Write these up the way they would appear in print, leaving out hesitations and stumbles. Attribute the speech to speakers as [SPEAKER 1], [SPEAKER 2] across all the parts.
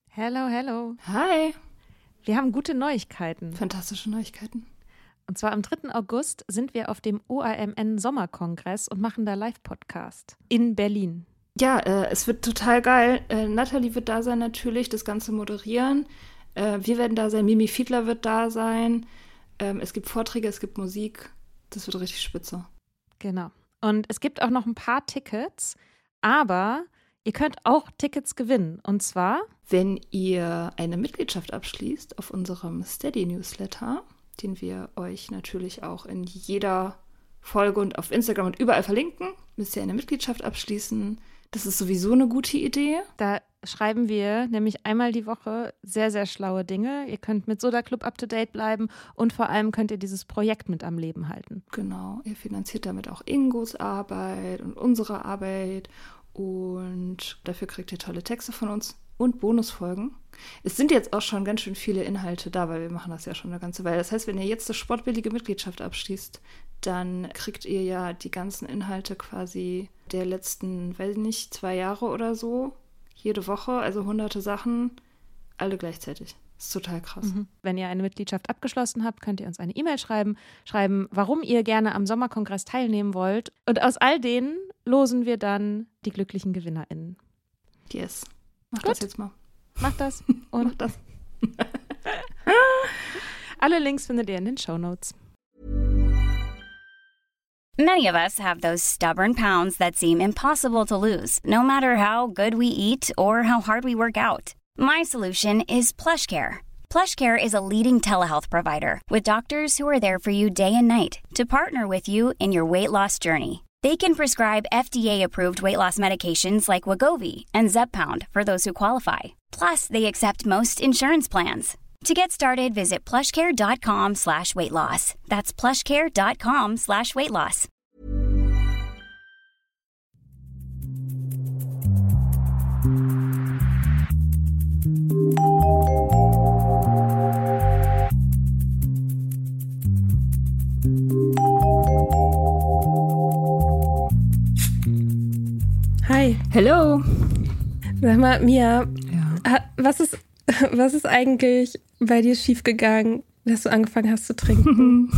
[SPEAKER 1] Hello, hello.
[SPEAKER 2] Hi.
[SPEAKER 1] Wir haben gute Neuigkeiten.
[SPEAKER 2] Fantastische Neuigkeiten.
[SPEAKER 1] Und zwar am 3. August sind wir auf dem OAMN-Sommerkongress und machen da Live-Podcast in Berlin.
[SPEAKER 2] Ja, es wird total geil. Nathalie wird da sein natürlich, das Ganze moderieren. Wir werden da sein, Mimi Fiedler wird da sein. Es gibt Vorträge, es gibt Musik. Das wird richtig spitze.
[SPEAKER 1] Genau. Und es gibt auch noch ein paar Tickets, aber ihr könnt auch Tickets gewinnen. Und zwar,
[SPEAKER 2] wenn ihr eine Mitgliedschaft abschließt auf unserem Steady-Newsletter, den wir euch natürlich auch in jeder Folge und auf Instagram und überall verlinken, müsst ihr eine Mitgliedschaft abschließen. Das ist sowieso eine gute Idee.
[SPEAKER 1] Da schreiben wir nämlich einmal die Woche sehr, sehr schlaue Dinge. Ihr könnt mit Soda Club up-to-date bleiben und vor allem könnt ihr dieses Projekt mit am Leben halten.
[SPEAKER 2] Genau, ihr finanziert damit auch Ingos Arbeit und unsere Arbeit und dafür kriegt ihr tolle Texte von uns und Bonusfolgen. Es sind jetzt auch schon ganz schön viele Inhalte da, weil wir machen das ja schon eine ganze Weile. Das heißt, wenn ihr jetzt eine sportbillige Mitgliedschaft abschließt, dann kriegt ihr ja die ganzen Inhalte quasi der letzten, weiß ich nicht, 2 Jahre oder so, jede Woche, also hunderte Sachen, alle gleichzeitig. Das ist total krass.
[SPEAKER 1] Wenn ihr eine Mitgliedschaft abgeschlossen habt, könnt ihr uns eine E-Mail schreiben, warum ihr gerne am Sommerkongress teilnehmen wollt. Und aus all denen losen wir dann die glücklichen GewinnerInnen.
[SPEAKER 2] Yes. Mach
[SPEAKER 1] Gut.
[SPEAKER 2] das jetzt mal.
[SPEAKER 1] Macht das. Und
[SPEAKER 2] Mach das.
[SPEAKER 1] alle Links findet ihr in den Shownotes.
[SPEAKER 3] Many of us have those stubborn pounds that seem impossible to lose, no matter how good we eat or how hard we work out. My solution is PlushCare. PlushCare is a leading telehealth provider with doctors who are there for you day and night to partner with you in your weight loss journey. They can prescribe FDA-approved weight loss medications like Wegovy and Zepbound for those who qualify. Plus, they accept most insurance plans. To get started, visit plushcare.com/weightloss. That's plushcare.com/weightloss.
[SPEAKER 4] Hi.
[SPEAKER 2] Hello.
[SPEAKER 4] Sag mal, Mia,
[SPEAKER 2] Ja.
[SPEAKER 4] was ist eigentlich bei dir schiefgegangen, dass du angefangen hast zu trinken?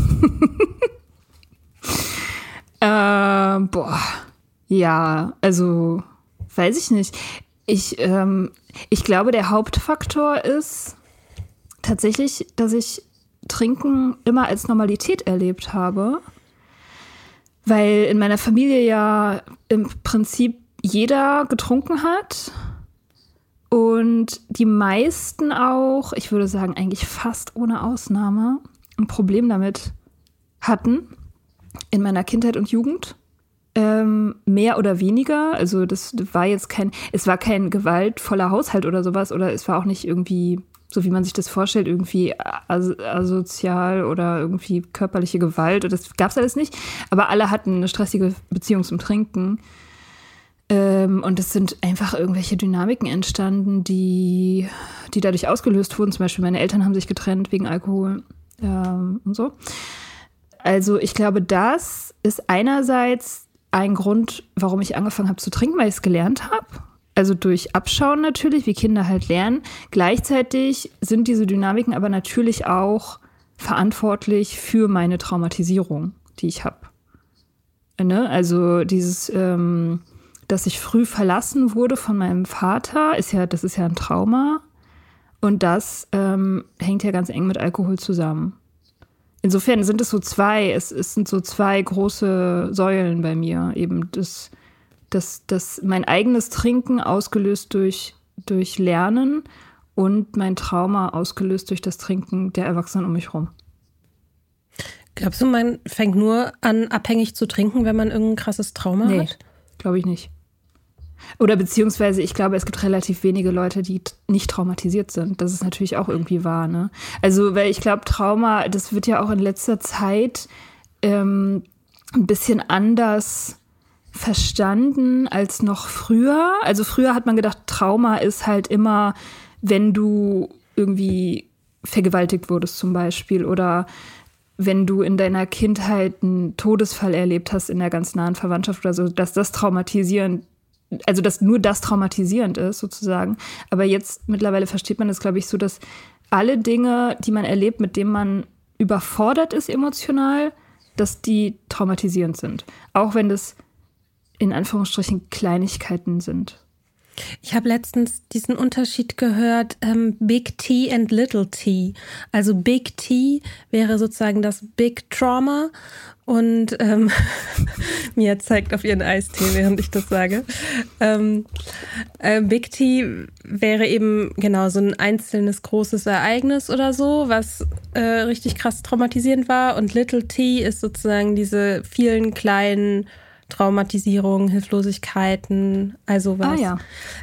[SPEAKER 2] Ja, also weiß ich nicht. Ich glaube, der Hauptfaktor ist tatsächlich, dass ich Trinken immer als Normalität erlebt habe, weil in meiner Familie ja im Prinzip jeder getrunken hat und die meisten auch, ich würde sagen eigentlich fast ohne Ausnahme, ein Problem damit hatten in meiner Kindheit und Jugend. Mehr oder weniger, also das war jetzt es war kein gewaltvoller Haushalt oder sowas oder es war auch nicht irgendwie, so wie man sich das vorstellt, irgendwie asozial oder irgendwie körperliche Gewalt, das gab es alles nicht, aber alle hatten eine stressige Beziehung zum Trinken und es sind einfach irgendwelche Dynamiken entstanden, die dadurch ausgelöst wurden, zum Beispiel meine Eltern haben sich getrennt wegen Alkohol und so. Also ich glaube, das ist einerseits ein Grund, warum ich angefangen habe zu trinken, weil ich es gelernt habe. Also durch Abschauen natürlich, wie Kinder halt lernen. Gleichzeitig sind diese Dynamiken aber natürlich auch verantwortlich für meine Traumatisierung, die ich habe. Ne? Also dieses, dass ich früh verlassen wurde von meinem Vater, das ist ja ein Trauma. Und das hängt ja ganz eng mit Alkohol zusammen. Insofern sind es sind so zwei große Säulen bei mir. Eben das mein eigenes Trinken ausgelöst durch Lernen und mein Trauma ausgelöst durch das Trinken der Erwachsenen um mich rum.
[SPEAKER 4] Glaubst du, man fängt nur an, abhängig zu trinken, wenn man irgendein krasses Trauma hat?
[SPEAKER 2] Glaube ich nicht. Oder beziehungsweise, ich glaube, es gibt relativ wenige Leute, die nicht traumatisiert sind. Das ist natürlich auch irgendwie wahr, ne? Also, weil ich glaube, Trauma, das wird ja auch in letzter Zeit ein bisschen anders verstanden als noch früher. Also früher hat man gedacht, Trauma ist halt immer, wenn du irgendwie vergewaltigt wurdest zum Beispiel oder wenn du in deiner Kindheit einen Todesfall erlebt hast in der ganz nahen Verwandtschaft oder so, dass das traumatisierend also dass nur das traumatisierend ist, sozusagen. Aber jetzt mittlerweile versteht man das, glaube ich, so, dass alle Dinge, die man erlebt, mit denen man überfordert ist emotional, dass die traumatisierend sind. Auch wenn das in Anführungsstrichen Kleinigkeiten sind.
[SPEAKER 4] Ich habe letztens diesen Unterschied gehört, Big T and Little T. Also Big T wäre sozusagen das Big Trauma und Mia zeigt auf ihren Eistee, während ich das sage. Big T wäre eben genau so ein einzelnes großes Ereignis oder so, was richtig krass traumatisierend war, und Little T ist sozusagen diese vielen kleinen Traumatisierungen, Hilflosigkeiten, also was.
[SPEAKER 2] Ja.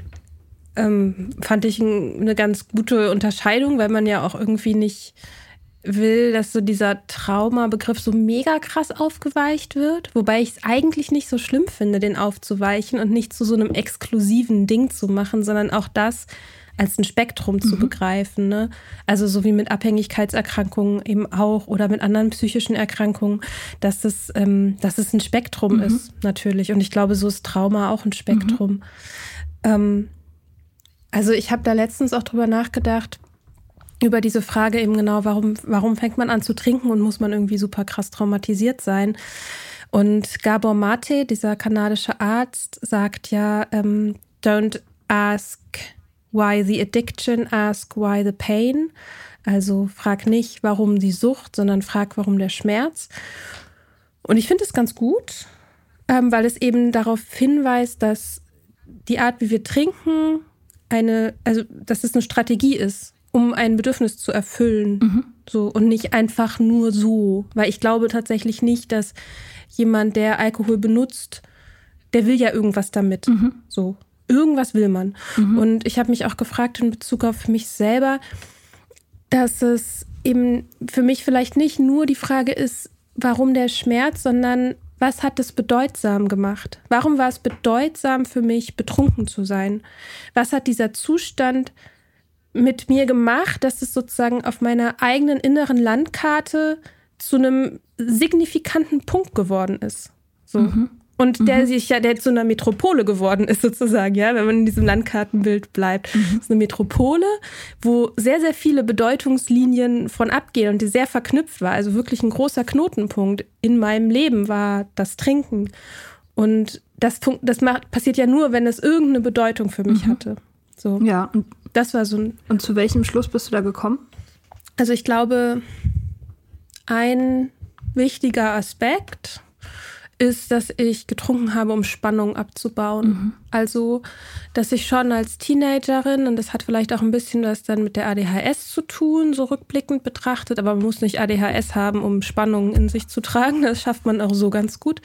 [SPEAKER 4] Fand ich eine ganz gute Unterscheidung, weil man ja auch irgendwie nicht will, dass so dieser Traumabegriff so mega krass aufgeweicht wird. Wobei ich es eigentlich nicht so schlimm finde, den aufzuweichen und nicht zu so einem exklusiven Ding zu machen, sondern auch das als ein Spektrum zu begreifen. Ne? Also so wie mit Abhängigkeitserkrankungen eben auch oder mit anderen psychischen Erkrankungen, dass es ein Spektrum ist natürlich. Und ich glaube, so ist Trauma auch ein Spektrum. Also ich habe da letztens auch drüber nachgedacht, über diese Frage eben genau, warum fängt man an zu trinken und muss man irgendwie super krass traumatisiert sein? Und Gabor Mate, dieser kanadische Arzt, sagt ja, don't ask why the addiction, ask why the pain. Also frag nicht, warum die Sucht, sondern frag, warum der Schmerz. Und ich finde es ganz gut, weil es eben darauf hinweist, dass die Art, wie wir trinken, dass es eine Strategie ist, um ein Bedürfnis zu erfüllen. So, und nicht einfach nur so. Weil ich glaube tatsächlich nicht, dass jemand, der Alkohol benutzt, der will ja irgendwas damit. So. Irgendwas will man. Und ich habe mich auch gefragt in Bezug auf mich selber, dass es eben für mich vielleicht nicht nur die Frage ist, warum der Schmerz, sondern was hat es bedeutsam gemacht? Warum war es bedeutsam für mich, betrunken zu sein? Was hat dieser Zustand mit mir gemacht, dass es sozusagen auf meiner eigenen inneren Landkarte zu einem signifikanten Punkt geworden ist? So. Und der zu einer Metropole geworden ist sozusagen, ja, wenn man in diesem Landkartenbild bleibt. Das ist eine Metropole, wo sehr, sehr viele Bedeutungslinien von abgehen und die sehr verknüpft war. Also wirklich ein großer Knotenpunkt in meinem Leben war das Trinken. Und das passiert ja nur, wenn es irgendeine Bedeutung für mich hatte. So.
[SPEAKER 2] Ja. Und
[SPEAKER 4] das war so ein.
[SPEAKER 2] Und zu welchem Schluss bist du da gekommen?
[SPEAKER 4] Also ich glaube, ein wichtiger Aspekt ist, dass ich getrunken habe, um Spannung abzubauen. Also, dass ich schon als Teenagerin, und das hat vielleicht auch ein bisschen was dann mit der ADHS zu tun, so rückblickend betrachtet, aber man muss nicht ADHS haben, um Spannungen in sich zu tragen. Das schafft man auch so ganz gut.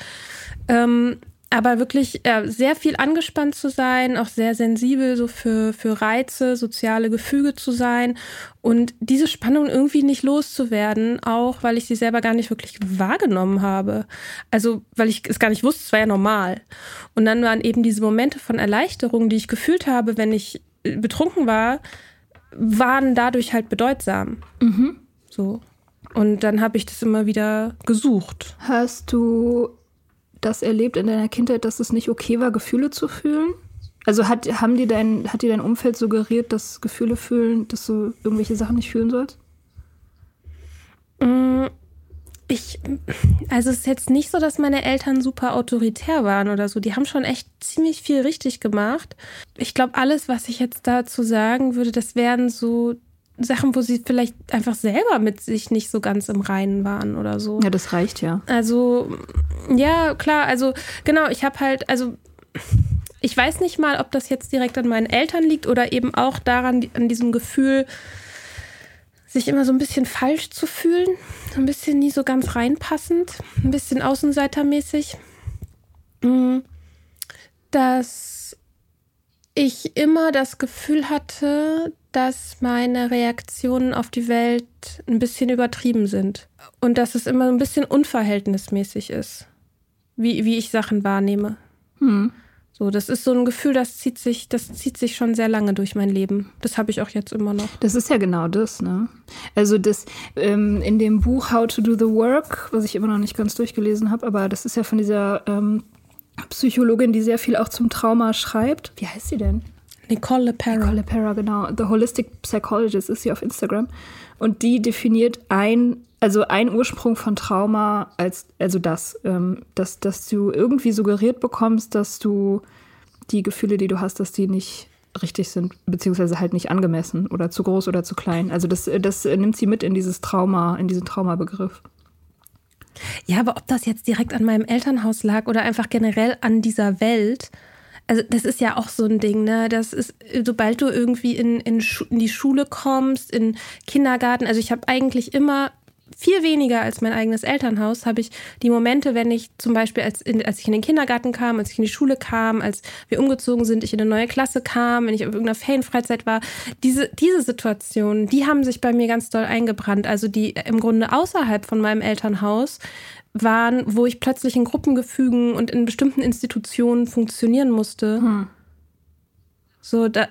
[SPEAKER 4] Aber wirklich sehr viel angespannt zu sein, auch sehr sensibel so für Reize, soziale Gefüge zu sein und diese Spannung irgendwie nicht loszuwerden, auch weil ich sie selber gar nicht wirklich wahrgenommen habe. Also weil ich es gar nicht wusste, es war ja normal. Und dann waren eben diese Momente von Erleichterung, die ich gefühlt habe, wenn ich betrunken war, waren dadurch halt bedeutsam. So. Und dann habe ich das immer wieder gesucht.
[SPEAKER 2] Hast du das erlebt in deiner Kindheit, dass es nicht okay war, Gefühle zu fühlen? Also hat dir dein Umfeld suggeriert, dass Gefühle fühlen, dass du irgendwelche Sachen nicht fühlen sollst?
[SPEAKER 4] Also es ist jetzt nicht so, dass meine Eltern super autoritär waren oder so. Die haben schon echt ziemlich viel richtig gemacht. Ich glaube, alles, was ich jetzt dazu sagen würde, das wären so Sachen, wo sie vielleicht einfach selber mit sich nicht so ganz im Reinen waren oder so.
[SPEAKER 2] Ja, das reicht ja.
[SPEAKER 4] Also, ja, klar, also genau, ich habe halt, also ich weiß nicht mal, ob das jetzt direkt an meinen Eltern liegt oder eben auch daran, an diesem Gefühl, sich immer so ein bisschen falsch zu fühlen, so ein bisschen nie so ganz reinpassend, ein bisschen außenseitermäßig, dass ich immer das Gefühl hatte, dass meine Reaktionen auf die Welt ein bisschen übertrieben sind und dass es immer ein bisschen unverhältnismäßig ist, wie ich Sachen wahrnehme. So, das ist so ein Gefühl, das zieht sich schon sehr lange durch mein Leben. Das habe ich auch jetzt immer noch.
[SPEAKER 2] Das ist ja genau das, ne? Also das in dem Buch How to Do the Work, was ich immer noch nicht ganz durchgelesen habe, aber das ist ja von dieser Psychologin, die sehr viel auch zum Trauma schreibt. Wie heißt sie denn?
[SPEAKER 4] Nicole LePera.
[SPEAKER 2] Nicole LePera, genau. The Holistic Psychologist ist sie auf Instagram. Und die definiert ein Ursprung von Trauma als, dass du irgendwie suggeriert bekommst, dass du die Gefühle, die du hast, dass die nicht richtig sind, beziehungsweise halt nicht angemessen oder zu groß oder zu klein. Also das nimmt sie mit in dieses Trauma, in diesen Traumabegriff.
[SPEAKER 4] Ja, aber ob das jetzt direkt an meinem Elternhaus lag oder einfach generell an dieser Welt, also das ist ja auch so ein Ding, ne? Das ist, sobald du irgendwie in die Schule kommst, in Kindergarten, also ich habe eigentlich immer viel weniger als mein eigenes Elternhaus, habe ich die Momente, wenn ich zum Beispiel, als ich in den Kindergarten kam, als ich in die Schule kam, als wir umgezogen sind, ich in eine neue Klasse kam, wenn ich auf irgendeiner Ferienfreizeit war, diese Situationen, die haben sich bei mir ganz doll eingebrannt. Also die im Grunde außerhalb von meinem Elternhaus waren, wo ich plötzlich in Gruppengefügen und in bestimmten Institutionen funktionieren musste. So, da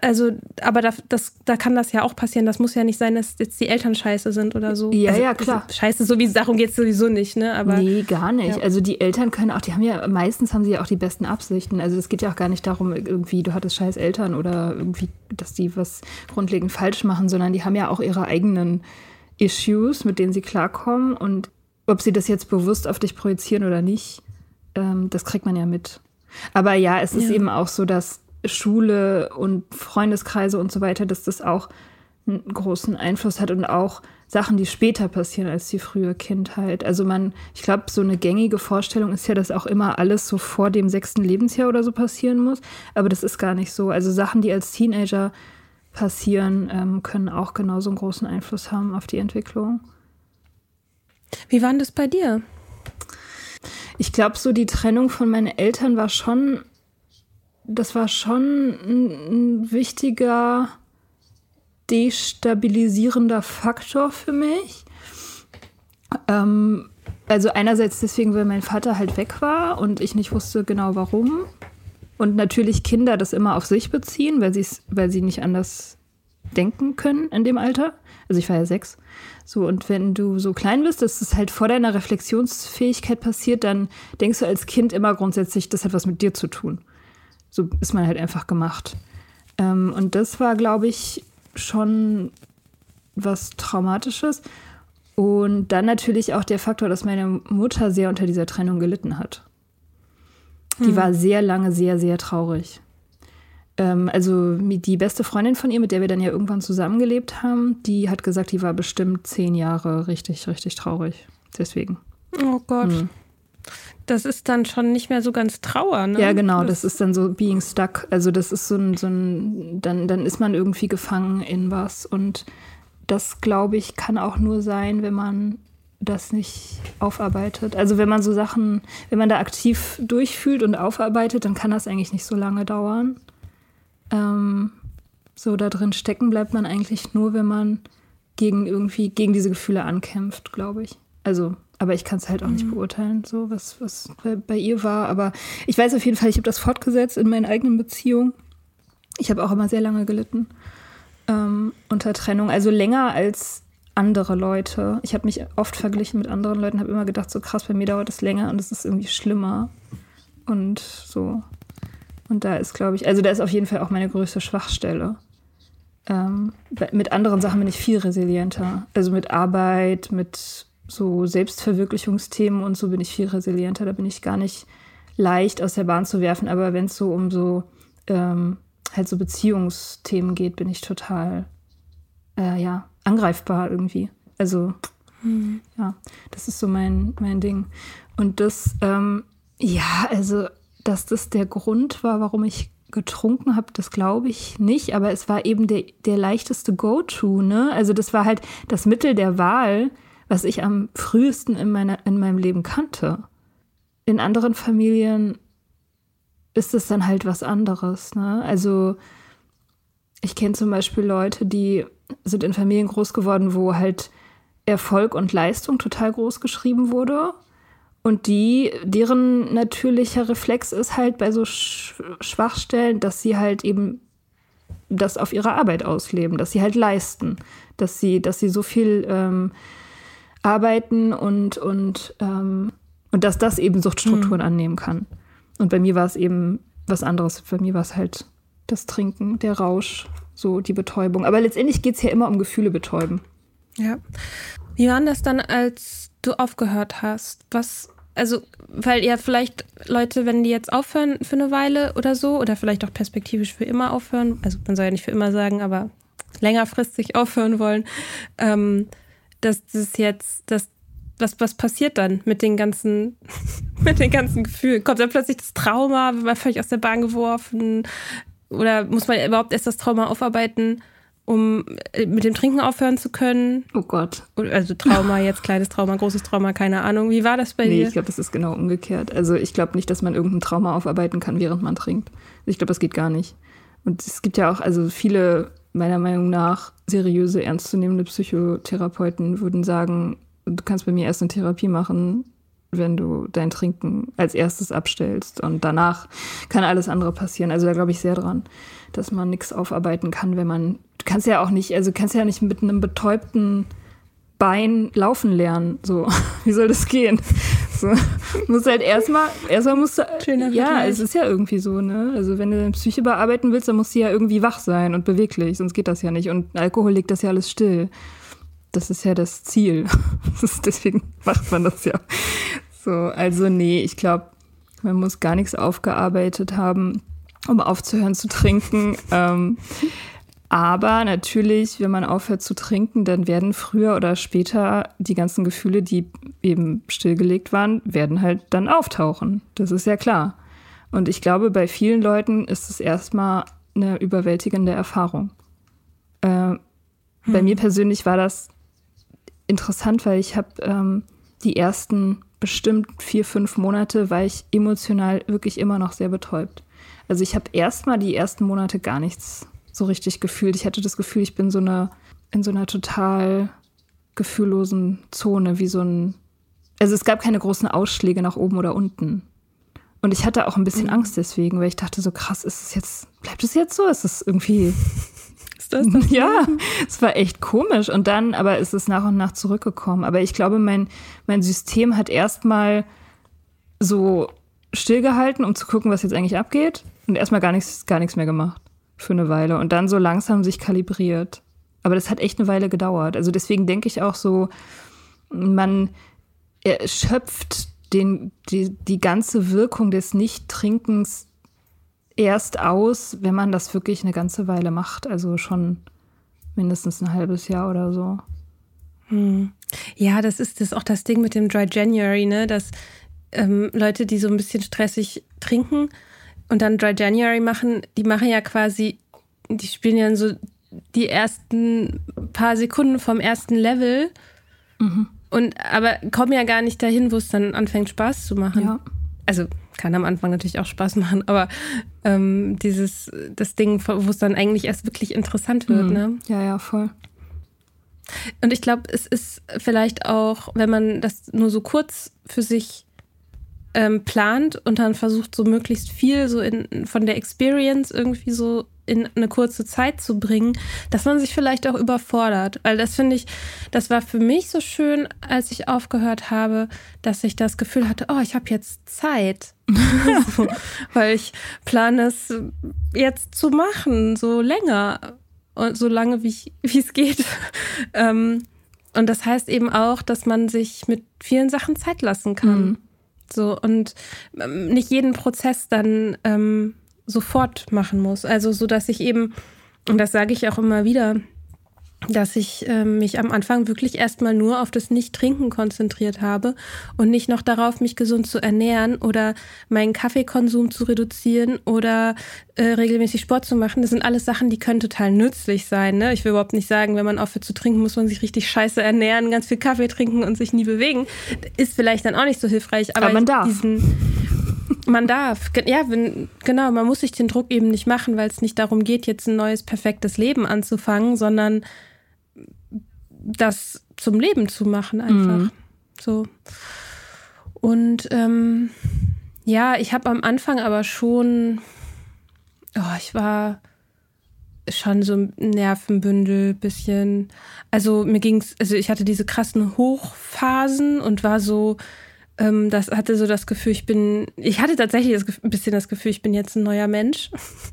[SPEAKER 4] kann das ja auch passieren. Das muss ja nicht sein, dass jetzt die Eltern scheiße sind oder so.
[SPEAKER 2] Ja,
[SPEAKER 4] also,
[SPEAKER 2] ja, klar.
[SPEAKER 4] Scheiße, so wie darum geht es sowieso nicht, ne? Aber,
[SPEAKER 2] nee, gar nicht.
[SPEAKER 4] Ja.
[SPEAKER 2] Also die Eltern meistens haben sie ja auch die besten Absichten. Also es geht ja auch gar nicht darum, irgendwie, du hattest scheiß Eltern oder irgendwie, dass die was grundlegend falsch machen, sondern die haben ja auch ihre eigenen Issues, mit denen sie klarkommen. Und ob sie das jetzt bewusst auf dich projizieren oder nicht, das kriegt man ja mit. Aber ja, es ist eben auch so, dass Schule und Freundeskreise und so weiter, dass das auch einen großen Einfluss hat und auch Sachen, die später passieren als die frühe Kindheit. Also ich glaube, so eine gängige Vorstellung ist ja, dass auch immer alles so vor dem 6. Lebensjahr oder so passieren muss, aber das ist gar nicht so. Also Sachen, die als Teenager passieren, können auch genauso einen großen Einfluss haben auf die Entwicklung.
[SPEAKER 4] Wie war denn das bei dir?
[SPEAKER 2] Ich glaube, so die Trennung von meinen Eltern war schon ein wichtiger, destabilisierender Faktor für mich. Also einerseits deswegen, weil mein Vater halt weg war und ich nicht wusste genau warum. Und natürlich Kinder das immer auf sich beziehen, weil sie nicht anders denken können in dem Alter. Also ich war ja 6. So, und wenn du so klein bist, dass es halt vor deiner Reflexionsfähigkeit passiert, dann denkst du als Kind immer grundsätzlich, das hat was mit dir zu tun. So ist man halt einfach gemacht. Und das war, glaube ich, schon was Traumatisches. Und dann natürlich auch der Faktor, dass meine Mutter sehr unter dieser Trennung gelitten hat. Die war sehr lange sehr, sehr traurig. Also die beste Freundin von ihr, mit der wir dann ja irgendwann zusammengelebt haben, die hat gesagt, die war bestimmt 10 Jahre richtig, richtig traurig. Deswegen.
[SPEAKER 4] Oh Gott. Das ist dann schon nicht mehr so ganz Trauer, ne?
[SPEAKER 2] Ja, genau, das ist dann so being stuck. Also das ist dann ist man irgendwie gefangen in was. Und das, glaube ich, kann auch nur sein, wenn man das nicht aufarbeitet. Also wenn man so Sachen, wenn man da aktiv durchfühlt und aufarbeitet, dann kann das eigentlich nicht so lange dauern. So da drin stecken bleibt man eigentlich nur, wenn man gegen diese Gefühle ankämpft, glaube ich. Also, aber ich kann es halt auch nicht beurteilen, so was bei ihr war. Aber ich weiß auf jeden Fall, ich habe das fortgesetzt in meinen eigenen Beziehungen. Ich habe auch immer sehr lange gelitten unter Trennung. Also länger als andere Leute. Ich habe mich oft verglichen mit anderen Leuten, habe immer gedacht, so krass, bei mir dauert es länger und es ist irgendwie schlimmer. Und so. Und da ist, glaube ich, also da ist auf jeden Fall auch meine größte Schwachstelle. Mit anderen Sachen bin ich viel resilienter. Also mit Arbeit, mit so Selbstverwirklichungsthemen und so bin ich viel resilienter. Da bin ich gar nicht leicht aus der Bahn zu werfen. Aber wenn es so um so halt so Beziehungsthemen geht, bin ich total angreifbar irgendwie. Also ja, das ist so mein Ding. Und das, also dass das der Grund war, warum ich getrunken habe, das glaube ich nicht. Aber es war eben der leichteste Go-To, ne? Also das war halt das Mittel der Wahl, was ich am frühesten in meinem Leben kannte. In anderen Familien ist es dann halt was anderes, ne? Also ich kenne zum Beispiel Leute, die sind in Familien groß geworden, wo halt Erfolg und Leistung total groß geschrieben wurde. Und deren natürlicher Reflex ist halt bei so Schwachstellen, dass sie halt eben das auf ihre Arbeit ausleben, dass sie halt leisten, dass sie so viel arbeiten und dass das eben Suchtstrukturen annehmen kann. Und bei mir war es eben was anderes. Bei mir war es halt das Trinken, der Rausch, so die Betäubung. Aber letztendlich geht es ja immer um Gefühle betäuben.
[SPEAKER 4] Ja. Wie war das dann, als du aufgehört hast? Weil ja vielleicht Leute, wenn die jetzt aufhören für eine Weile oder so, oder vielleicht auch perspektivisch für immer aufhören, also man soll ja nicht für immer sagen, aber längerfristig aufhören wollen, was passiert dann mit den ganzen Gefühlen? Kommt dann plötzlich das Trauma, wird man völlig aus der Bahn geworfen? Oder muss man überhaupt erst das Trauma aufarbeiten, um mit dem Trinken aufhören zu können?
[SPEAKER 2] Oh Gott.
[SPEAKER 4] Also Trauma, jetzt kleines Trauma, großes Trauma, keine Ahnung. Wie war das bei dir?
[SPEAKER 2] Nee, ich glaube, das ist genau umgekehrt. Also ich glaube nicht, dass man irgendein Trauma aufarbeiten kann, während man trinkt. Ich glaube, das geht gar nicht. Und es gibt ja auch, also viele, meiner Meinung nach, seriöse, ernstzunehmende Psychotherapeuten würden sagen, du kannst bei mir erst eine Therapie machen, wenn du dein Trinken als erstes abstellst. Und danach kann alles andere passieren. Also da glaube ich sehr dran, dass man nichts aufarbeiten kann, wenn man, du kannst ja nicht mit einem betäubten Bein laufen lernen. So, wie soll das gehen? So, musst halt erstmal musst du, ja, es ist ja irgendwie so, ne? Also wenn du deine Psyche bearbeiten willst, dann musst du ja irgendwie wach sein und beweglich, sonst geht das ja nicht. Und Alkohol legt das ja alles still. Das ist ja das Ziel. Deswegen macht man das ja. So, also nee, ich glaube, man muss gar nichts aufgearbeitet haben, um aufzuhören zu trinken. Aber natürlich, wenn man aufhört zu trinken, dann werden früher oder später die ganzen Gefühle, die eben stillgelegt waren, werden halt dann auftauchen. Das ist ja klar. Und ich glaube, bei vielen Leuten ist es erstmal eine überwältigende Erfahrung. Bei mir persönlich war das interessant, weil ich habe die ersten bestimmt 4-5 Monate war ich emotional wirklich immer noch sehr betäubt. Also ich habe erstmal die ersten Monate gar nichts so richtig gefühlt. Ich hatte das Gefühl, ich bin in so einer total gefühllosen Zone, also es gab keine großen Ausschläge nach oben oder unten. Und ich hatte auch ein bisschen Angst deswegen, weil ich dachte so krass, bleibt es jetzt so? Ist es irgendwie... Ja, es war echt komisch. Und dann, aber ist es nach und nach zurückgekommen. Aber ich glaube, mein System hat erstmal so stillgehalten, um zu gucken, was jetzt eigentlich abgeht. Und erstmal gar nichts mehr gemacht für eine Weile. Und dann so langsam sich kalibriert. Aber das hat echt eine Weile gedauert. Also deswegen denke ich auch so, man schöpft die ganze Wirkung des Nicht-Trinkens erst aus, wenn man das wirklich eine ganze Weile macht. Also schon mindestens ein halbes Jahr oder so.
[SPEAKER 4] Ja, das ist auch das Ding mit dem Dry January, ne? Dass Leute, die so ein bisschen stressig trinken und dann Dry January machen, die spielen ja so die ersten paar Sekunden vom ersten Level aber kommen ja gar nicht dahin, wo es dann anfängt Spaß zu machen.
[SPEAKER 2] Ja.
[SPEAKER 4] Also kann am Anfang natürlich auch Spaß machen, aber das Ding, wo es dann eigentlich erst wirklich interessant wird. Ne?
[SPEAKER 2] Ja, voll.
[SPEAKER 4] Und ich glaube, es ist vielleicht auch, wenn man das nur so kurz für sich plant und dann versucht, so möglichst viel so von der Experience irgendwie so in eine kurze Zeit zu bringen, dass man sich vielleicht auch überfordert. Weil das finde ich, das war für mich so schön, als ich aufgehört habe, dass ich das Gefühl hatte, oh, ich habe jetzt Zeit. So, weil ich plane es jetzt zu machen, so länger und so lange, wie es geht. Und das heißt eben auch, dass man sich mit vielen Sachen Zeit lassen kann. So, und nicht jeden Prozess dann sofort machen muss. Also so, dass ich eben, und das sage ich auch immer wieder, dass ich mich am Anfang wirklich erstmal nur auf das Nicht-Trinken konzentriert habe und nicht noch darauf, mich gesund zu ernähren oder meinen Kaffeekonsum zu reduzieren oder regelmäßig Sport zu machen. Das sind alles Sachen, die können total nützlich sein. Ne? Ich will überhaupt nicht sagen, wenn man aufhört zu trinken, muss man sich richtig scheiße ernähren, ganz viel Kaffee trinken und sich nie bewegen. Ist vielleicht dann auch nicht so hilfreich. Aber
[SPEAKER 2] man darf.
[SPEAKER 4] Man darf, ja, genau, man muss sich den Druck eben nicht machen, weil es nicht darum geht, jetzt ein neues, perfektes Leben anzufangen, sondern das zum Leben zu machen einfach. So. Und ja, ich habe am Anfang aber schon, ich war schon so ein Nervenbündel, bisschen, also ich hatte diese krassen Hochphasen und war so Das hatte so das Gefühl, ich hatte tatsächlich ein bisschen das Gefühl, ich bin jetzt ein neuer Mensch.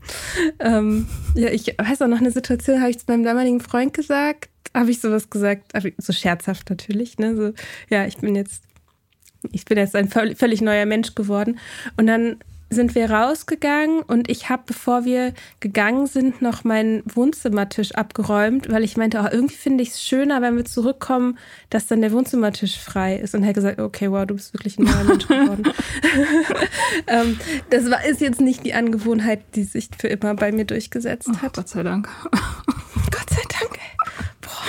[SPEAKER 4] Ich weiß auch noch eine Situation, habe ich zu meinem damaligen Freund gesagt, habe ich sowas gesagt, so scherzhaft natürlich, ne? So, ja, ich bin jetzt ein völlig neuer Mensch geworden. Und dann sind wir rausgegangen und ich habe, bevor wir gegangen sind, noch meinen Wohnzimmertisch abgeräumt, weil ich meinte, irgendwie finde ich es schöner, wenn wir zurückkommen, dass dann der Wohnzimmertisch frei ist. Und er hat gesagt, okay, wow, du bist wirklich ein neuer Mensch geworden. Das ist jetzt nicht die Angewohnheit, die sich für immer bei mir durchgesetzt hat.
[SPEAKER 2] Gott sei Dank.
[SPEAKER 4] Gott sei Dank, ey. Boah,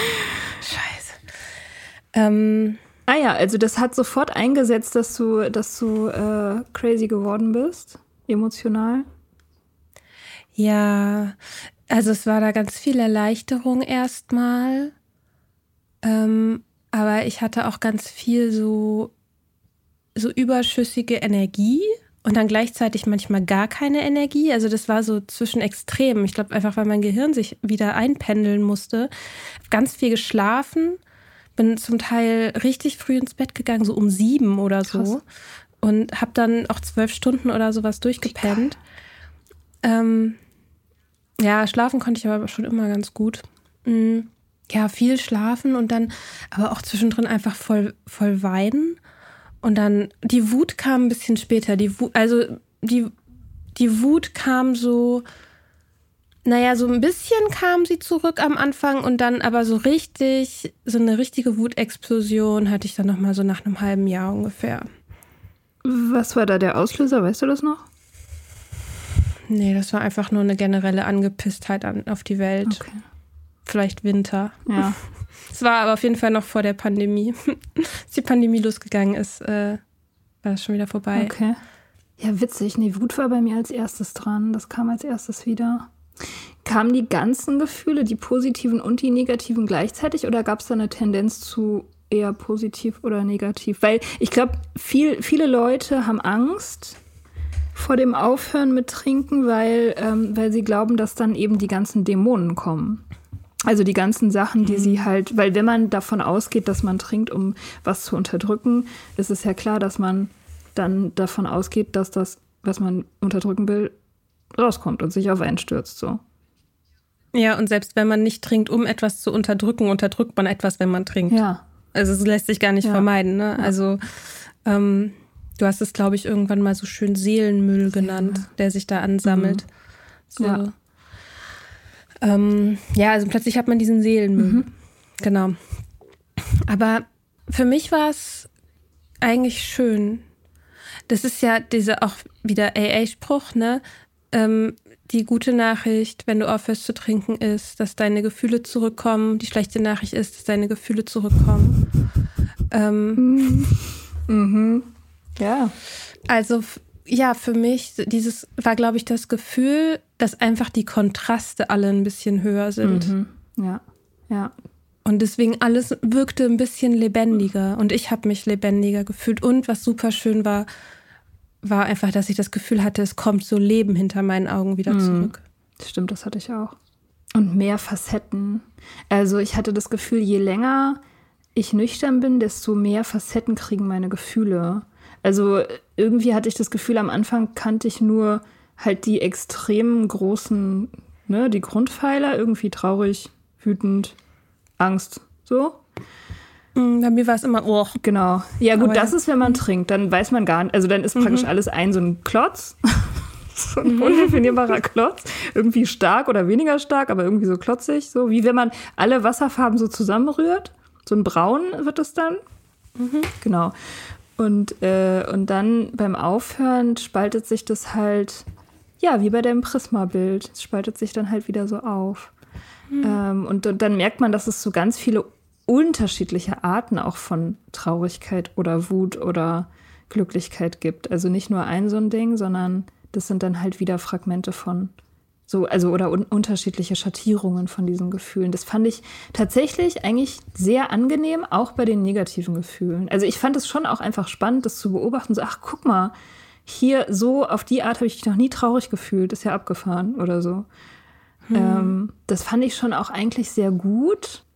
[SPEAKER 4] scheiße.
[SPEAKER 2] Ja, also das hat sofort eingesetzt, dass du crazy geworden bist, emotional.
[SPEAKER 4] Ja, also es war da ganz viel Erleichterung erstmal, aber ich hatte auch ganz viel so überschüssige Energie und dann gleichzeitig manchmal gar keine Energie. Also das war so zwischen Extremen. Ich glaube einfach, weil mein Gehirn sich wieder einpendeln musste. Ganz viel geschlafen. Bin zum Teil richtig früh ins Bett gegangen, so um 7 oder so. Krass. Und habe dann auch 12 Stunden oder sowas durchgepennt. Ja, schlafen konnte ich aber schon immer ganz gut. Ja, viel schlafen und dann aber auch zwischendrin einfach voll weinen. Und dann, die Wut kam ein bisschen später. Die Wut kam so... Naja, so ein bisschen kam sie zurück am Anfang und dann aber so eine richtige Wutexplosion hatte ich dann nochmal so nach einem halben Jahr ungefähr.
[SPEAKER 2] Was war da der Auslöser, weißt du das noch?
[SPEAKER 4] Nee, das war einfach nur eine generelle Angepisstheit auf die Welt.
[SPEAKER 2] Okay.
[SPEAKER 4] Vielleicht Winter.
[SPEAKER 2] Ja.
[SPEAKER 4] Es war aber auf jeden Fall noch vor der Pandemie. Als die Pandemie losgegangen ist, war das schon wieder vorbei.
[SPEAKER 2] Okay. Ja, witzig. Nee, Wut war bei mir als erstes dran. Das kam als erstes wieder. Kamen die ganzen Gefühle, die positiven und die negativen gleichzeitig oder gab es da eine Tendenz zu eher positiv oder negativ? Weil ich glaube, viele Leute haben Angst vor dem Aufhören mit Trinken, weil sie glauben, dass dann eben die ganzen Dämonen kommen. Also die ganzen Sachen, die sie halt, weil wenn man davon ausgeht, dass man trinkt, um was zu unterdrücken, ist es ja klar, dass man dann davon ausgeht, dass das, was man unterdrücken will, rauskommt und sich auf einen stürzt, so.
[SPEAKER 4] Ja, und selbst wenn man nicht trinkt, um etwas zu unterdrücken, unterdrückt man etwas, wenn man trinkt.
[SPEAKER 2] Ja.
[SPEAKER 4] Also es lässt sich gar nicht vermeiden, ne? Ja. Also du hast es, glaube ich, irgendwann mal so schön Seelenmüll genannt, der sich da ansammelt. So.
[SPEAKER 2] Ja.
[SPEAKER 4] Also plötzlich hat man diesen Seelenmüll. Genau. Aber für mich war es eigentlich schön. Das ist ja diese auch wieder AA-Spruch, ne? Die gute Nachricht, wenn du aufhörst zu trinken, ist, dass deine Gefühle zurückkommen. Die schlechte Nachricht ist, dass deine Gefühle zurückkommen.
[SPEAKER 2] Ja.
[SPEAKER 4] Also, ja, für mich, dieses war, glaube ich, das Gefühl, dass einfach die Kontraste alle ein bisschen höher sind.
[SPEAKER 2] Ja.
[SPEAKER 4] Und deswegen alles wirkte ein bisschen lebendiger. Und ich habe mich lebendiger gefühlt. Und was super schön war einfach, dass ich das Gefühl hatte, es kommt so Leben hinter meinen Augen wieder zurück.
[SPEAKER 2] Stimmt, das hatte ich auch. Und mehr Facetten. Also ich hatte das Gefühl, je länger ich nüchtern bin, desto mehr Facetten kriegen meine Gefühle. Also irgendwie hatte ich das Gefühl, am Anfang kannte ich nur halt die extrem großen, ne, die Grundpfeiler, irgendwie traurig, wütend, Angst, so.
[SPEAKER 4] Bei mir war es immer,
[SPEAKER 2] Genau. Ja gut, das ist, wenn man trinkt, dann weiß man gar nicht, also dann ist praktisch alles so ein Klotz, so ein undefinierbarer Klotz, irgendwie stark oder weniger stark, aber irgendwie so klotzig, so wie wenn man alle Wasserfarben so zusammenrührt, so ein Braun wird es dann. Genau. Und dann beim Aufhören spaltet sich das halt, ja, wie bei dem Prisma-Bild, es spaltet sich dann halt wieder so auf. Und dann merkt man, dass es so ganz viele unterschiedliche Arten auch von Traurigkeit oder Wut oder Glücklichkeit gibt. Also nicht nur so ein Ding, sondern das sind dann halt wieder Fragmente von so, also oder unterschiedliche Schattierungen von diesen Gefühlen. Das fand ich tatsächlich eigentlich sehr angenehm, auch bei den negativen Gefühlen. Also ich fand es schon auch einfach spannend, das zu beobachten. So, ach, guck mal, hier so auf die Art habe ich mich noch nie traurig gefühlt. Ist ja abgefahren oder so. Das fand ich schon auch eigentlich sehr gut.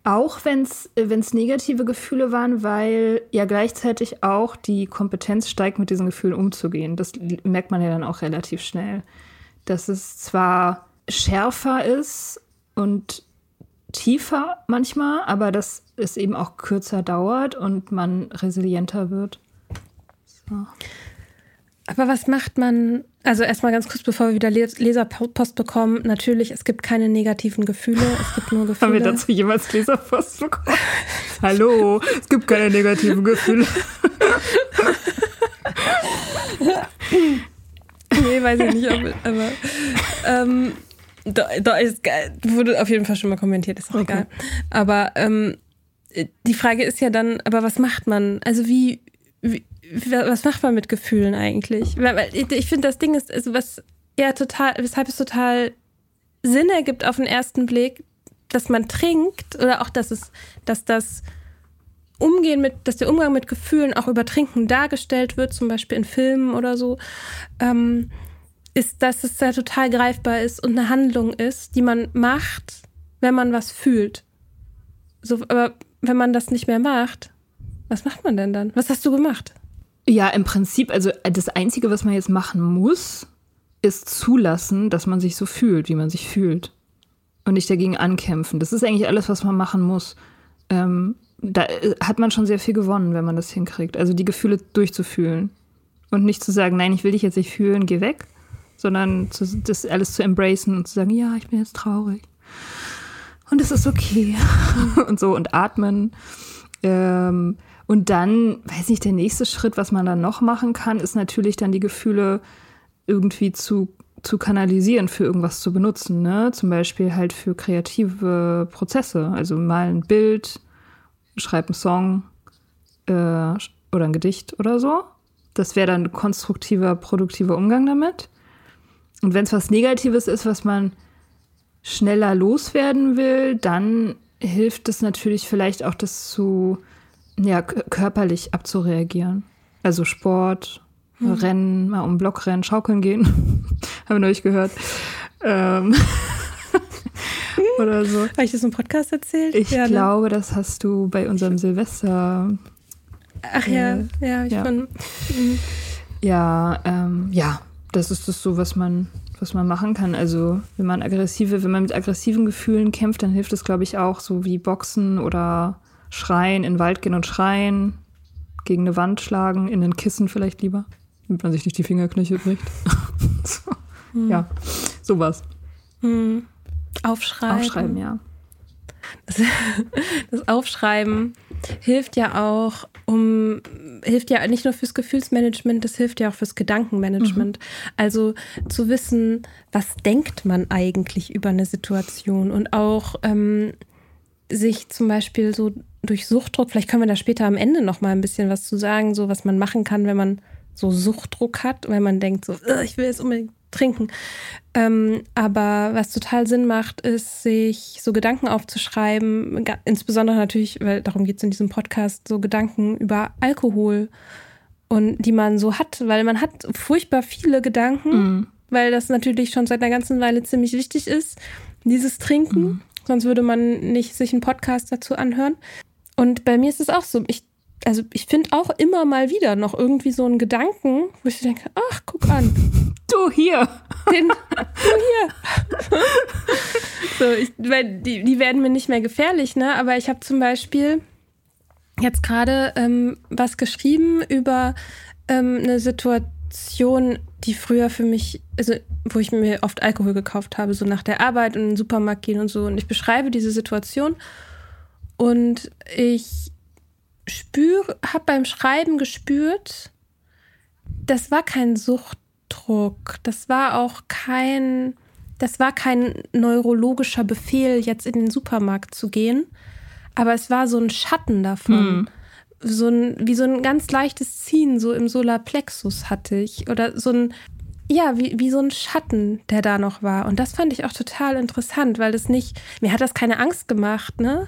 [SPEAKER 2] Auch wenn es negative Gefühle waren, weil ja gleichzeitig auch die Kompetenz steigt, mit diesen Gefühlen umzugehen. Das merkt man ja dann auch relativ schnell. Dass es zwar schärfer ist und tiefer manchmal, aber dass es eben auch kürzer dauert und man resilienter wird. So.
[SPEAKER 4] Aber was macht man, also erstmal ganz kurz, bevor wir wieder Leserpost bekommen, natürlich, es gibt keine negativen Gefühle, es gibt nur Gefühle.
[SPEAKER 2] Haben wir dazu jemals Leserpost bekommen? Hallo, es gibt keine negativen Gefühle.
[SPEAKER 4] Nee, weiß ich nicht, aber da ist geil. Wurde auf jeden Fall schon mal kommentiert, ist auch egal. Aber die Frage ist ja dann, aber was macht man? Also was macht man mit Gefühlen eigentlich? Weil ich finde, das Ding ist, also weshalb es total Sinn ergibt auf den ersten Blick, dass man trinkt oder auch, dass der Umgang mit Gefühlen auch über Trinken dargestellt wird, zum Beispiel in Filmen oder so, ist, dass es da total greifbar ist und eine Handlung ist, die man macht, wenn man was fühlt. So, aber wenn man das nicht mehr macht, was macht man denn dann? Was hast du gemacht?
[SPEAKER 2] Ja, im Prinzip, also das Einzige, was man jetzt machen muss, ist zulassen, dass man sich so fühlt, wie man sich fühlt. Und nicht dagegen ankämpfen. Das ist eigentlich alles, was man machen muss. Da hat man schon sehr viel gewonnen, wenn man das hinkriegt. Also die Gefühle durchzufühlen. Und nicht zu sagen, nein, ich will dich jetzt nicht fühlen, geh weg. Sondern das alles zu embracen und zu sagen, ja, ich bin jetzt traurig. Und es ist okay. Und so, und atmen. Und dann, weiß nicht, der nächste Schritt, was man dann noch machen kann, ist natürlich dann die Gefühle irgendwie zu kanalisieren, für irgendwas zu benutzen. Ne? Zum Beispiel halt für kreative Prozesse. Also mal ein Bild, schreib einen Song oder ein Gedicht oder so. Das wäre dann ein konstruktiver, produktiver Umgang damit. Und wenn es was Negatives ist, was man schneller loswerden will, dann hilft es natürlich vielleicht auch, das körperlich abzureagieren. Also Sport, Rennen, mal um den Block rennen, schaukeln gehen. Haben wir neulich gehört. Oder so.
[SPEAKER 4] Habe ich das im Podcast erzählt?
[SPEAKER 2] Ich glaube, das hast du bei unserem Silvester.
[SPEAKER 4] Ach ja,
[SPEAKER 2] das ist das so, was man machen kann. Also wenn man mit aggressiven Gefühlen kämpft, dann hilft es, glaube ich, auch so wie Boxen oder Schreien, in den Wald gehen und schreien, gegen eine Wand schlagen, in ein Kissen vielleicht lieber, damit man sich nicht die Fingerknöchel bricht. So. Ja, sowas.
[SPEAKER 4] Aufschreiben,
[SPEAKER 2] ja.
[SPEAKER 4] Das Aufschreiben hilft ja nicht nur fürs Gefühlsmanagement, das hilft ja auch fürs Gedankenmanagement. Also zu wissen, was denkt man eigentlich über eine Situation und auch sich zum Beispiel so durch Suchtdruck, vielleicht können wir da später am Ende noch mal ein bisschen was zu sagen, so was man machen kann, wenn man so Suchtdruck hat, weil man denkt so, ich will jetzt unbedingt trinken. Aber was total Sinn macht, ist, sich so Gedanken aufzuschreiben, insbesondere natürlich, weil darum geht es in diesem Podcast, so Gedanken über Alkohol und die man so hat, weil man hat furchtbar viele Gedanken, weil das natürlich schon seit einer ganzen Weile ziemlich wichtig ist, dieses Trinken, sonst würde man nicht sich einen Podcast dazu anhören. Und bei mir ist es auch so, ich finde auch immer mal wieder noch irgendwie so einen Gedanken, wo ich denke, ach, guck an.
[SPEAKER 2] Du hier.
[SPEAKER 4] Du hier. So, weil die werden mir nicht mehr gefährlich, ne? Aber ich habe zum Beispiel jetzt gerade was geschrieben über eine Situation, die früher für mich, also wo ich mir oft Alkohol gekauft habe, so nach der Arbeit und in den Supermarkt gehen und so. Und ich beschreibe diese Situation und ich habe beim Schreiben gespürt, das war kein Suchtdruck, das war kein neurologischer Befehl, jetzt in den Supermarkt zu gehen, aber es war so ein Schatten davon. Wie so ein ganz leichtes Ziehen, so im Solarplexus hatte ich. Oder so ein, wie so ein Schatten, der da noch war. Und das fand ich auch total interessant, weil mir hat das keine Angst gemacht, ne?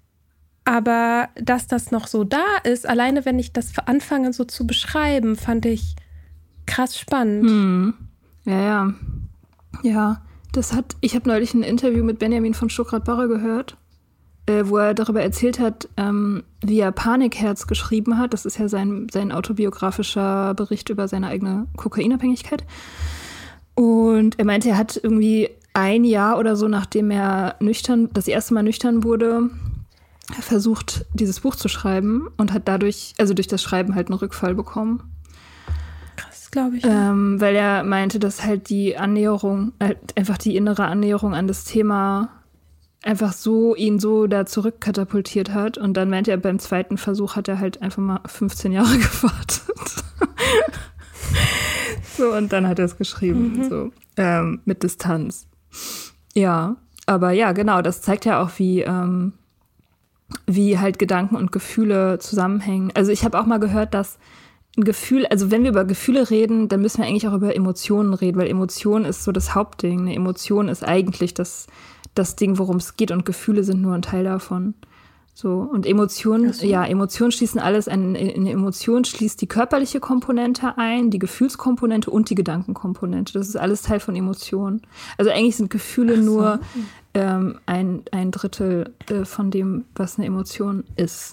[SPEAKER 4] Aber dass das noch so da ist, alleine wenn ich das anfange so zu beschreiben, fand ich krass spannend.
[SPEAKER 2] Ja. Ich habe neulich ein Interview mit Benjamin von Stuckrad-Barre gehört. wo er darüber erzählt hat, wie er Panikherz geschrieben hat. Das ist ja sein autobiografischer Bericht über seine eigene Kokainabhängigkeit. Und er meinte, er hat irgendwie 1 Jahr oder so, nachdem er das erste Mal nüchtern wurde, versucht, dieses Buch zu schreiben und hat dadurch, also durch das Schreiben halt einen Rückfall bekommen.
[SPEAKER 4] Krass, glaube ich.
[SPEAKER 2] Weil er meinte, dass halt die Annäherung, einfach die innere Annäherung an das Thema einfach so ihn so da zurückkatapultiert hat. Und dann meinte er, beim zweiten Versuch hat er halt einfach mal 15 Jahre gewartet. So, und dann hat er es geschrieben, so mit Distanz. Ja, aber ja, genau, das zeigt ja auch, wie halt Gedanken und Gefühle zusammenhängen. Also ich habe auch mal gehört, dass ein Gefühl, also wenn wir über Gefühle reden, dann müssen wir eigentlich auch über Emotionen reden, weil Emotion ist so das Hauptding. Eine Emotion ist eigentlich das Ding, worum es geht, und Gefühle sind nur ein Teil davon. So, und Emotionen schließen alles ein. Eine Emotion schließt die körperliche Komponente ein, die Gefühlskomponente und die Gedankenkomponente. Das ist alles Teil von Emotionen. Also eigentlich sind Gefühle nur ein Drittel von dem, was eine Emotion ist.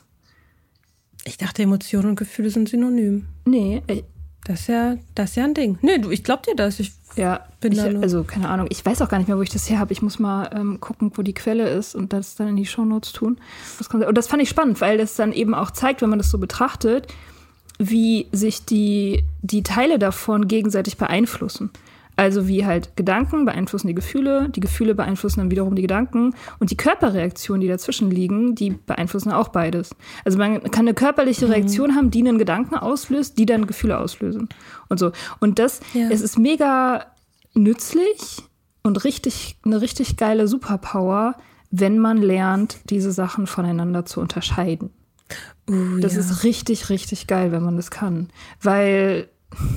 [SPEAKER 4] Ich dachte, Emotionen und Gefühle sind synonym.
[SPEAKER 2] Nee.
[SPEAKER 4] Das ist ja ein Ding. Nee, ich glaub dir das. Also
[SPEAKER 2] keine Ahnung, ich weiß auch gar nicht mehr, wo ich das her habe. Ich muss mal gucken, wo die Quelle ist und das dann in die Shownotes tun. Und das fand ich spannend, weil das dann eben auch zeigt, wenn man das so betrachtet, wie sich die Teile davon gegenseitig beeinflussen. Also wie halt Gedanken beeinflussen die Gefühle beeinflussen dann wiederum die Gedanken und die Körperreaktionen, die dazwischen liegen, die beeinflussen auch beides. Also man kann eine körperliche Reaktion haben, die einen Gedanken auslöst, die dann Gefühle auslösen und so. Und es ist mega nützlich und eine richtig geile Superpower, wenn man lernt, diese Sachen voneinander zu unterscheiden. Das ist richtig, richtig geil, wenn man das kann. Weil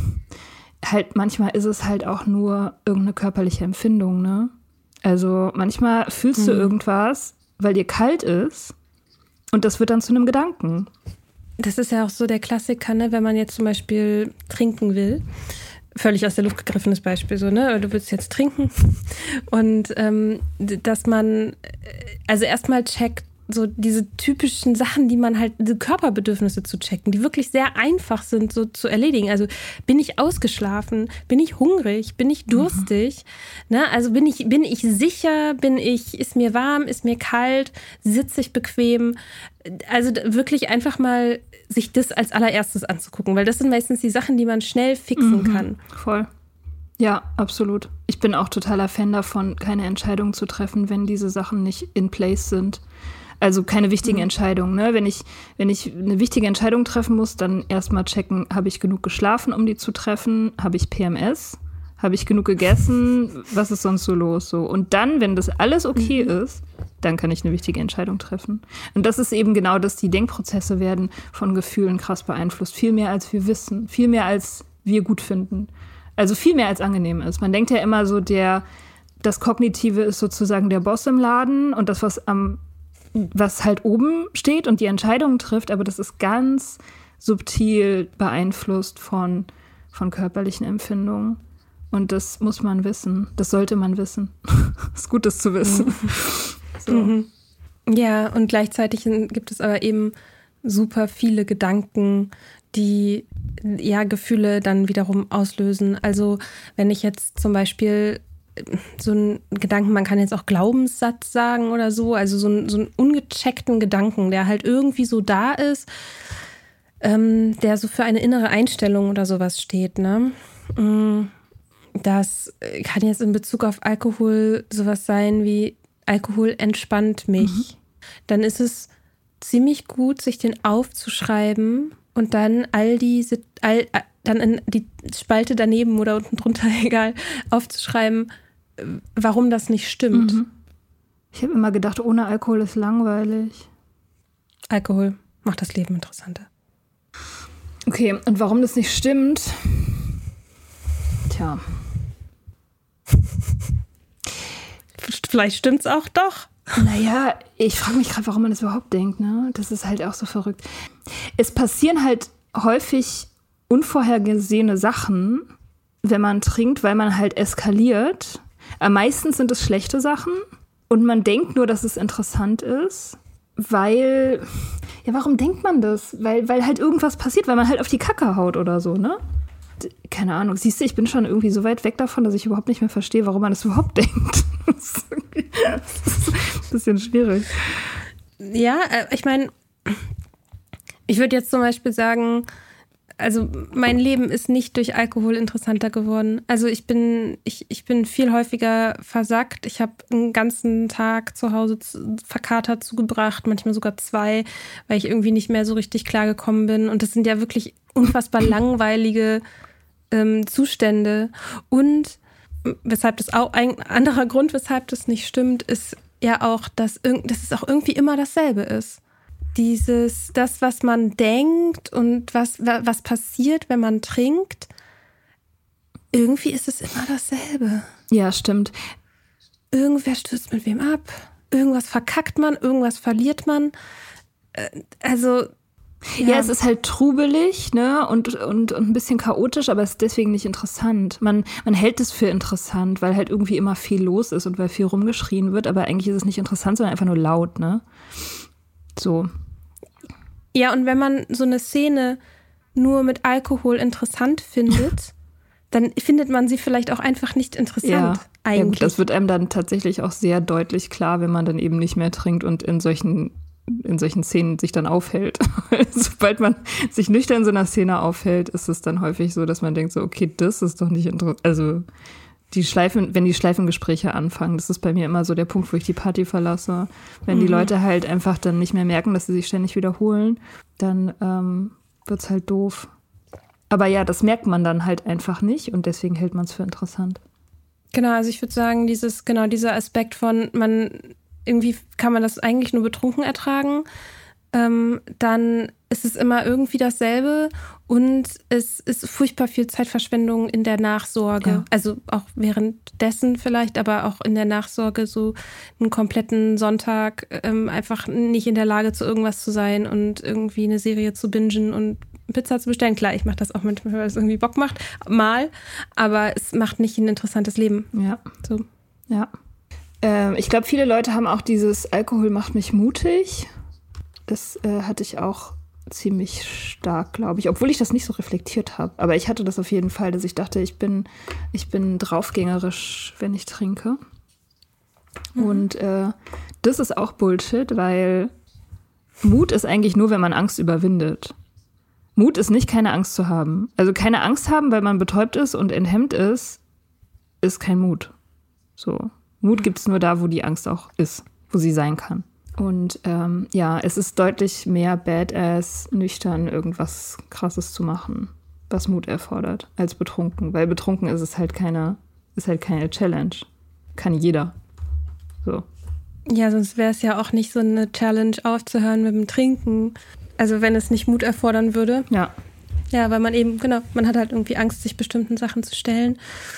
[SPEAKER 2] halt manchmal ist es halt auch nur irgendeine körperliche Empfindung, ne? Also manchmal fühlst du irgendwas, weil dir kalt ist, und das wird dann zu einem Gedanken.
[SPEAKER 4] Das ist ja auch so der Klassiker, ne? Wenn man jetzt zum Beispiel trinken will, völlig aus der Luft gegriffenes Beispiel, so, ne? Du willst jetzt trinken und dass man also erstmal checkt, so diese typischen Sachen, die man halt, diese Körperbedürfnisse zu checken, die wirklich sehr einfach sind, so zu erledigen. Also bin ich ausgeschlafen? Bin ich hungrig? Bin ich durstig? Ne? Also bin ich sicher? Ist mir warm? Ist mir kalt? Sitze ich bequem? Also wirklich einfach mal sich das als allererstes anzugucken, weil das sind meistens die Sachen, die man schnell fixen kann.
[SPEAKER 2] Voll. Ja, absolut. Ich bin auch totaler Fan davon, keine Entscheidungen zu treffen, wenn diese Sachen nicht in place sind. Also keine wichtigen Entscheidungen. Ne? Wenn ich eine wichtige Entscheidung treffen muss, dann erstmal checken, habe ich genug geschlafen, um die zu treffen? Habe ich PMS? Habe ich genug gegessen? Was ist sonst so los? So. Und dann, wenn das alles okay ist, dann kann ich eine wichtige Entscheidung treffen. Und das ist eben genau das, die Denkprozesse werden von Gefühlen krass beeinflusst. Viel mehr, als wir wissen. Viel mehr, als wir gut finden. Also viel mehr, als angenehm ist. Man denkt ja immer so, das Kognitive ist sozusagen der Boss im Laden und das, was halt oben steht und die Entscheidungen trifft, aber das ist ganz subtil beeinflusst von körperlichen Empfindungen. Und das muss man wissen. Das sollte man wissen. Es ist gut, das zu wissen. So.
[SPEAKER 4] Ja, und gleichzeitig gibt es aber eben super viele Gedanken, die Gefühle dann wiederum auslösen. Also wenn ich jetzt zum Beispiel so einen Gedanken, man kann jetzt auch Glaubenssatz sagen oder so, also so einen ungecheckten Gedanken, der halt irgendwie so da ist, der so für eine innere Einstellung oder sowas steht, ne? Das kann jetzt in Bezug auf Alkohol sowas sein wie: Alkohol entspannt mich. Dann ist es ziemlich gut, sich den aufzuschreiben und dann dann in die Spalte daneben oder unten drunter, egal, aufzuschreiben, warum das nicht stimmt.
[SPEAKER 2] Ich habe immer gedacht, ohne Alkohol ist langweilig.
[SPEAKER 4] Alkohol macht das Leben interessanter.
[SPEAKER 2] Okay, und warum das nicht stimmt? Tja.
[SPEAKER 4] Vielleicht stimmt's auch doch.
[SPEAKER 2] Naja, ich frage mich gerade, warum man das überhaupt denkt, ne? Das ist halt auch so verrückt. Es passieren halt häufig unvorhergesehene Sachen, wenn man trinkt, weil man halt eskaliert. Meistens sind es schlechte Sachen und man denkt nur, dass es interessant ist. weil, ja, warum denkt man das? Weil halt irgendwas passiert, weil man halt auf die Kacke haut oder so, ne? Keine Ahnung. Siehst du, ich bin schon irgendwie so weit weg davon, dass ich überhaupt nicht mehr verstehe, warum man das überhaupt denkt. Das ist ein bisschen schwierig.
[SPEAKER 4] Ja, ich meine, ich würde jetzt zum Beispiel sagen, also mein Leben ist nicht durch Alkohol interessanter geworden. Also ich bin viel häufiger versackt. Ich habe einen ganzen Tag zu Hause verkatert zugebracht, manchmal sogar 2, weil ich irgendwie nicht mehr so richtig klargekommen bin. Und das sind ja wirklich unfassbar langweilige Zustände. Und weshalb das auch ein anderer Grund, weshalb das nicht stimmt, ist ja auch, dass es auch irgendwie immer dasselbe ist. Das, was man denkt und was passiert, wenn man trinkt, irgendwie ist es immer dasselbe.
[SPEAKER 2] Ja, stimmt.
[SPEAKER 4] Irgendwer stürzt mit wem ab, irgendwas verkackt man, irgendwas verliert man.
[SPEAKER 2] Ja, es ist halt trubelig, ne, und ein bisschen chaotisch, aber es ist deswegen nicht interessant. Man hält es für interessant, weil halt irgendwie immer viel los ist und weil viel rumgeschrien wird, aber eigentlich ist es nicht interessant, sondern einfach nur laut, ne? So.
[SPEAKER 4] Ja, und wenn man so eine Szene nur mit Alkohol interessant findet, dann findet man sie vielleicht auch einfach nicht interessant. Eigentlich.
[SPEAKER 2] Ja, gut, das wird einem dann tatsächlich auch sehr deutlich klar, wenn man dann eben nicht mehr trinkt und in solchen Szenen sich dann aufhält. Sobald man sich nüchtern in so einer Szene aufhält, ist es dann häufig so, dass man denkt so, okay, das ist doch nicht interessant. Also wenn die Schleifengespräche anfangen, das ist bei mir immer so der Punkt, wo ich die Party verlasse. Wenn die Leute halt einfach dann nicht mehr merken, dass sie sich ständig wiederholen, dann wird's halt doof. Aber ja, das merkt man dann halt einfach nicht und deswegen hält man es für interessant.
[SPEAKER 4] Genau, also ich würde sagen, dieser Aspekt von irgendwie kann man das eigentlich nur betrunken ertragen, dann ist es immer irgendwie dasselbe und es ist furchtbar viel Zeitverschwendung in der Nachsorge. Ja. Also auch währenddessen vielleicht, aber auch in der Nachsorge so einen kompletten Sonntag einfach nicht in der Lage zu irgendwas zu sein und irgendwie eine Serie zu bingen und Pizza zu bestellen. Klar, ich mache das auch manchmal, weil es irgendwie Bock macht, aber es macht nicht ein interessantes Leben.
[SPEAKER 2] Ja.
[SPEAKER 4] So.
[SPEAKER 2] Ja. Ich glaube, viele Leute haben auch dieses Alkohol macht mich mutig. Das hatte ich auch ziemlich stark, glaube ich, obwohl ich das nicht so reflektiert habe. Aber ich hatte das auf jeden Fall, dass ich dachte, ich bin draufgängerisch, wenn ich trinke. Mhm. Und das ist auch Bullshit, weil Mut ist eigentlich nur, wenn man Angst überwindet. Mut ist nicht, keine Angst zu haben. Also keine Angst haben, weil man betäubt ist und enthemmt ist kein Mut. So. Mut gibt es nur da, wo die Angst auch ist, wo sie sein kann. Und es ist deutlich mehr Badass, nüchtern irgendwas Krasses zu machen, was Mut erfordert, als betrunken. Weil betrunken ist es halt keine Challenge. Kann jeder. So.
[SPEAKER 4] Ja, sonst wäre es ja auch nicht so eine Challenge, aufzuhören mit dem Trinken. Also wenn es nicht Mut erfordern würde.
[SPEAKER 2] Ja.
[SPEAKER 4] Ja, weil man eben, genau, man hat halt irgendwie Angst, sich bestimmten Sachen zu stellen.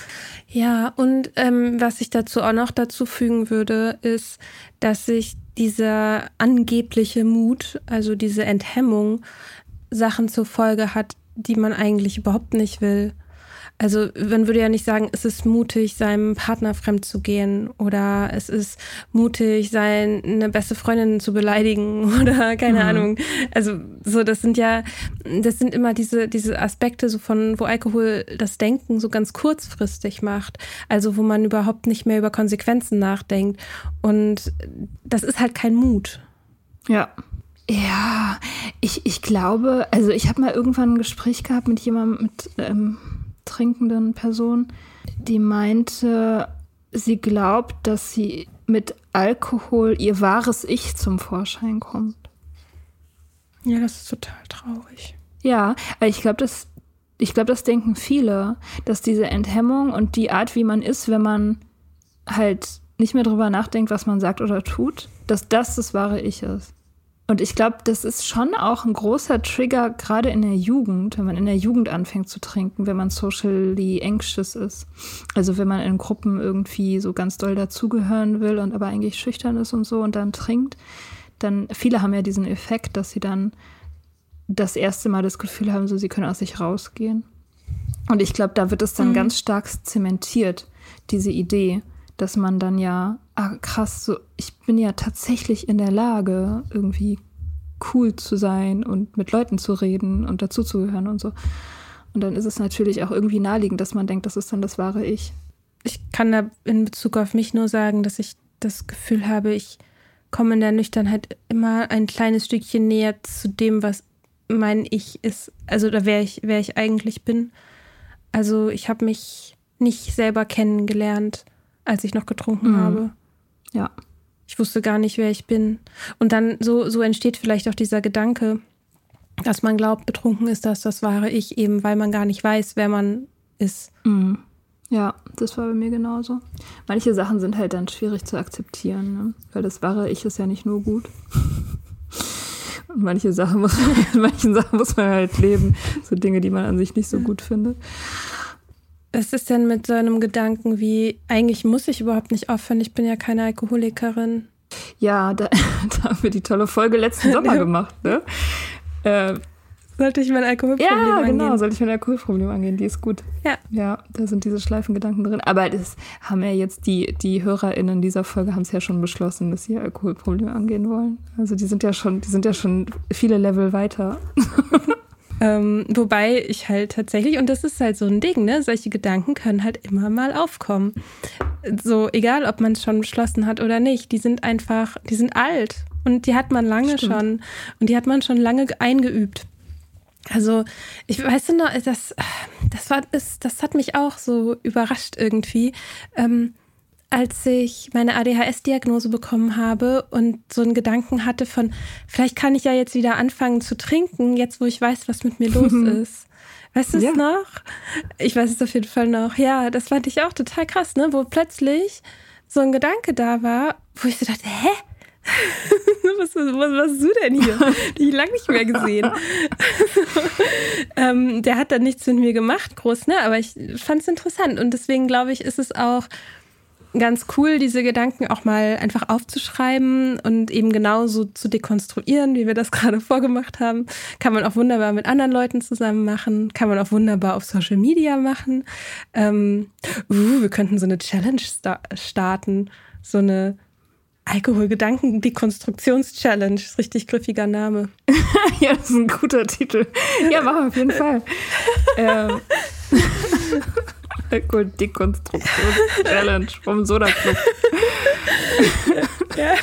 [SPEAKER 4] Ja, und was ich dazu auch noch dazu fügen würde, ist, dass sich dieser angebliche Mut, also diese Enthemmung, Sachen zur Folge hat, die man eigentlich überhaupt nicht will. Also man würde ja nicht sagen, es ist mutig, seinem Partner fremd zu gehen oder es ist mutig, seine beste Freundin zu beleidigen oder keine Ahnung. Also so, das sind immer diese Aspekte so von, wo Alkohol das Denken so ganz kurzfristig macht. Also wo man überhaupt nicht mehr über Konsequenzen nachdenkt. Und das ist halt kein Mut.
[SPEAKER 2] Ja. Ja, ich glaube, also ich habe mal irgendwann ein Gespräch gehabt mit jemandem, mit trinkenden Person, die meinte, sie glaubt, dass sie mit Alkohol ihr wahres Ich zum Vorschein kommt.
[SPEAKER 4] Ja, das ist total traurig.
[SPEAKER 2] Ja, ich glaube, das denken viele, dass diese Enthemmung und die Art, wie man ist, wenn man halt nicht mehr drüber nachdenkt, was man sagt oder tut, dass das wahre Ich ist. Und ich glaube, das ist schon auch ein großer Trigger, gerade in der Jugend, wenn man in der Jugend anfängt zu trinken, wenn man socially anxious ist. Also wenn man in Gruppen irgendwie so ganz doll dazugehören will und aber eigentlich schüchtern ist und so und dann trinkt, dann, viele haben ja diesen Effekt, dass sie dann das erste Mal das Gefühl haben, so sie können aus sich rausgehen. Und ich glaube, da wird es dann ganz stark zementiert, diese Idee, dass man dann ja, krass, so, ich bin ja tatsächlich in der Lage, irgendwie cool zu sein und mit Leuten zu reden und dazuzuhören und so. Und dann ist es natürlich auch irgendwie naheliegend, dass man denkt, das ist dann das wahre Ich.
[SPEAKER 4] Ich kann da in Bezug auf mich nur sagen, dass ich das Gefühl habe, ich komme in der Nüchternheit immer ein kleines Stückchen näher zu dem, was mein Ich ist. Also da wer ich eigentlich bin. Also ich habe mich nicht selber kennengelernt, als ich noch getrunken habe.
[SPEAKER 2] Ja.
[SPEAKER 4] Ich wusste gar nicht, wer ich bin. Und dann so entsteht vielleicht auch dieser Gedanke, dass man glaubt, betrunken ist das wahre Ich, eben weil man gar nicht weiß, wer man ist.
[SPEAKER 2] Ja, das war bei mir genauso. Manche Sachen sind halt dann schwierig zu akzeptieren, ne? Weil das wahre Ich ist ja nicht nur gut. Und manche Sachen muss man halt leben. So Dinge, die man an sich nicht so gut findet.
[SPEAKER 4] Was ist denn mit so einem Gedanken wie, eigentlich muss ich überhaupt nicht aufhören, ich bin ja keine Alkoholikerin?
[SPEAKER 2] Ja, da haben wir die tolle Folge letzten Sommer gemacht, ne?
[SPEAKER 4] Sollte ich mein Alkoholproblem angehen?
[SPEAKER 2] Ja, genau, sollte ich mein Alkoholproblem angehen, die ist gut.
[SPEAKER 4] Ja.
[SPEAKER 2] Ja, da sind diese Schleifengedanken drin. Aber das haben ja jetzt die HörerInnen dieser Folge haben es ja schon beschlossen, dass sie ihr Alkoholproblem angehen wollen. Also die sind ja schon viele Level weiter.
[SPEAKER 4] Wobei ich halt tatsächlich, und das ist halt so ein Ding, ne, solche Gedanken können halt immer mal aufkommen. So, egal, ob man es schon beschlossen hat oder nicht, die sind alt und die hat man lange schon und die hat man schon lange eingeübt. Also, ich weiß noch, das hat mich auch so überrascht irgendwie, als ich meine ADHS-Diagnose bekommen habe und so einen Gedanken hatte von, vielleicht kann ich ja jetzt wieder anfangen zu trinken, jetzt wo ich weiß, was mit mir los ist. Weißt du es noch? Ich weiß es auf jeden Fall noch. Ja, das fand ich auch total krass, ne? Wo plötzlich so ein Gedanke da war, wo ich so dachte, hä? Was hast du denn hier? Die ich lange nicht mehr gesehen. Der hat dann nichts mit mir gemacht, groß, ne? Aber ich fand es interessant und deswegen glaube ich, ist es auch ganz cool, diese Gedanken auch mal einfach aufzuschreiben und eben genauso zu dekonstruieren, wie wir das gerade vorgemacht haben. Kann man auch wunderbar mit anderen Leuten zusammen machen. Kann man auch wunderbar auf Social Media machen. Wir könnten so eine Challenge starten. So eine Alkoholgedanken-Dekonstruktions-Challenge. Richtig griffiger Name.
[SPEAKER 2] Ja, das ist ein guter Titel. Ja, machen wir auf jeden Fall. Alkohol-Dekonstruktions-Challenge vom Soda-Club.
[SPEAKER 4] Ja.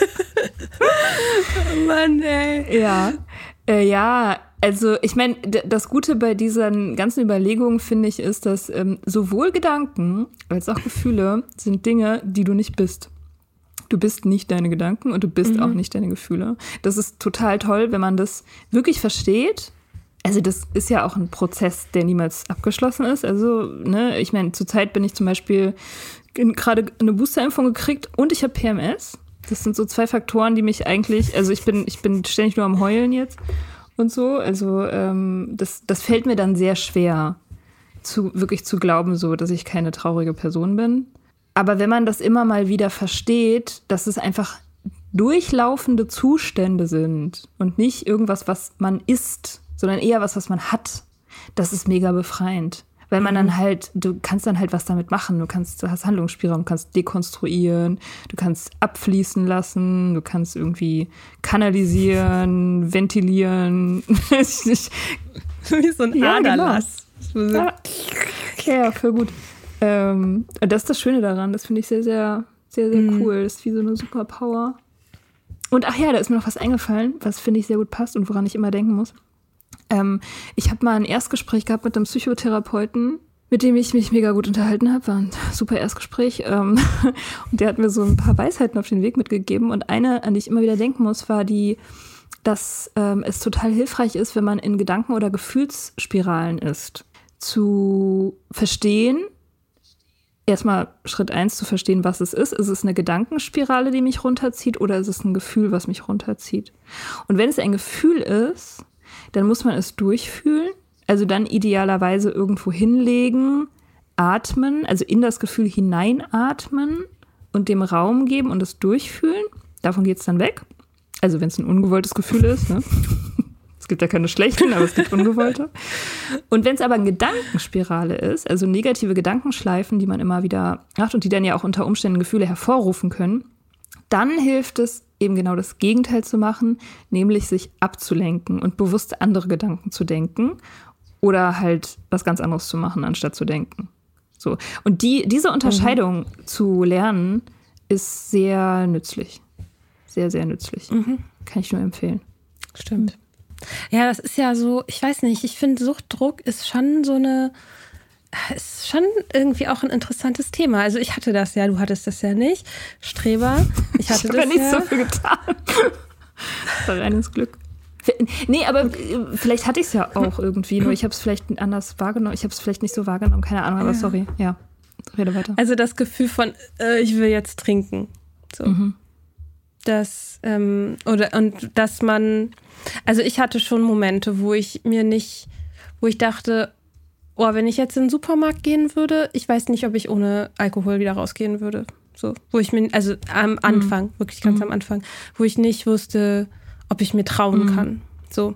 [SPEAKER 4] Oh Mann, ey.
[SPEAKER 2] Ja. Ja, also ich meine, das Gute bei diesen ganzen Überlegungen, finde ich, ist, dass sowohl Gedanken als auch Gefühle sind Dinge, die du nicht bist. Du bist nicht deine Gedanken und du bist auch nicht deine Gefühle. Das ist total toll, wenn man das wirklich versteht. Also das ist ja auch ein Prozess, der niemals abgeschlossen ist. Also, ne, ich meine, zurzeit bin ich zum Beispiel gerade eine Boosterimpfung gekriegt und ich habe PMS. Das sind so 2 Faktoren, die mich eigentlich, also ich bin ständig nur am Heulen jetzt und so. Also das fällt mir dann sehr schwer, wirklich zu glauben, so, dass ich keine traurige Person bin. Aber wenn man das immer mal wieder versteht, dass es einfach durchlaufende Zustände sind und nicht irgendwas, was man ist, sondern eher was man hat, das ist mega befreiend. Weil man dann halt, du kannst dann halt was damit machen. Du hast Handlungsspielraum, du kannst dekonstruieren, du kannst abfließen lassen, du kannst irgendwie kanalisieren, ventilieren.
[SPEAKER 4] Wie so ein Aderlass.
[SPEAKER 2] Genau. Ja, voll gut. Das ist das Schöne daran. Das finde ich sehr, sehr, sehr, sehr cool. Das ist wie so eine Superpower. Und ach ja, da ist mir noch was eingefallen, was finde ich sehr gut passt und woran ich immer denken muss. Ich habe mal ein Erstgespräch gehabt mit einem Psychotherapeuten, mit dem ich mich mega gut unterhalten habe. War ein super Erstgespräch. Und der hat mir so ein paar Weisheiten auf den Weg mitgegeben. Und eine, an die ich immer wieder denken muss, war dass es total hilfreich ist, wenn man in Gedanken- oder Gefühlsspiralen ist, zu verstehen, erstmal Schritt 1 zu verstehen, was es ist. Ist es eine Gedankenspirale, die mich runterzieht, oder ist es ein Gefühl, was mich runterzieht? Und wenn es ein Gefühl ist, dann muss man es durchfühlen, also dann idealerweise irgendwo hinlegen, atmen, also in das Gefühl hineinatmen und dem Raum geben und es durchfühlen. Davon geht es dann weg. Also wenn es ein ungewolltes Gefühl ist, ne? gibt ja keine schlechten, aber es gibt ungewollte. Und wenn es aber eine Gedankenspirale ist, also negative Gedankenschleifen, die man immer wieder macht und die dann ja auch unter Umständen Gefühle hervorrufen können, dann hilft es eben genau das Gegenteil zu machen, nämlich sich abzulenken und bewusst andere Gedanken zu denken oder halt was ganz anderes zu machen, anstatt zu denken. So. Und diese Unterscheidung zu lernen, ist sehr nützlich. Sehr, sehr nützlich. Kann ich nur empfehlen.
[SPEAKER 4] Stimmt. Ja, das ist ja so, ich weiß nicht, ich finde Suchtdruck ist schon irgendwie auch ein interessantes Thema. Also ich hatte das ja, du hattest das ja nicht. Streber, ich hatte das ja. Ich habe nicht
[SPEAKER 2] so viel getan. Das war reines Glück. Nee, aber vielleicht hatte ich es ja auch irgendwie, nur ich habe es vielleicht anders wahrgenommen. Ich habe es vielleicht nicht so wahrgenommen, keine Ahnung, aber sorry, ja. Rede weiter.
[SPEAKER 4] Also das Gefühl von, ich will jetzt trinken. So. Das, und dass man, also ich hatte schon Momente, wo ich dachte, oh, wenn ich jetzt in den Supermarkt gehen würde, ich weiß nicht, ob ich ohne Alkohol wieder rausgehen würde. So, wo ich mir, also am Anfang, wirklich ganz am Anfang, wo ich nicht wusste, ob ich mir trauen kann. So.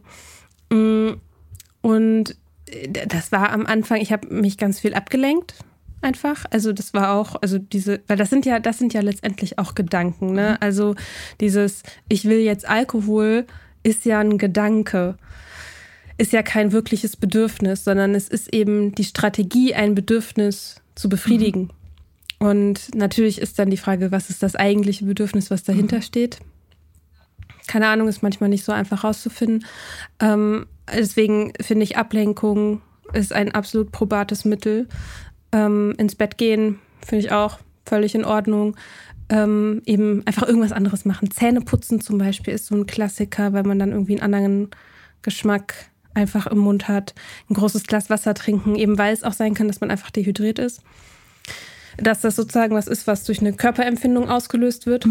[SPEAKER 4] Und das war am Anfang, ich habe mich ganz viel abgelenkt. Einfach. Also das war auch, also weil das sind ja letztendlich auch Gedanken, ne? Also dieses, ich will jetzt Alkohol, ist ja ein Gedanke. Ist ja kein wirkliches Bedürfnis, sondern es ist eben die Strategie, ein Bedürfnis zu befriedigen. Und natürlich ist dann die Frage, was ist das eigentliche Bedürfnis, was dahinter steht? Keine Ahnung, ist manchmal nicht so einfach rauszufinden. Deswegen finde ich, Ablenkung ist ein absolut probates Mittel. Ins Bett gehen, finde ich auch völlig in Ordnung. Eben einfach irgendwas anderes machen. Zähne putzen zum Beispiel ist so ein Klassiker, weil man dann irgendwie einen anderen Geschmack einfach im Mund hat. Ein großes Glas Wasser trinken, eben weil es auch sein kann, dass man einfach dehydriert ist. Dass das sozusagen was ist, was durch eine Körperempfindung ausgelöst wird.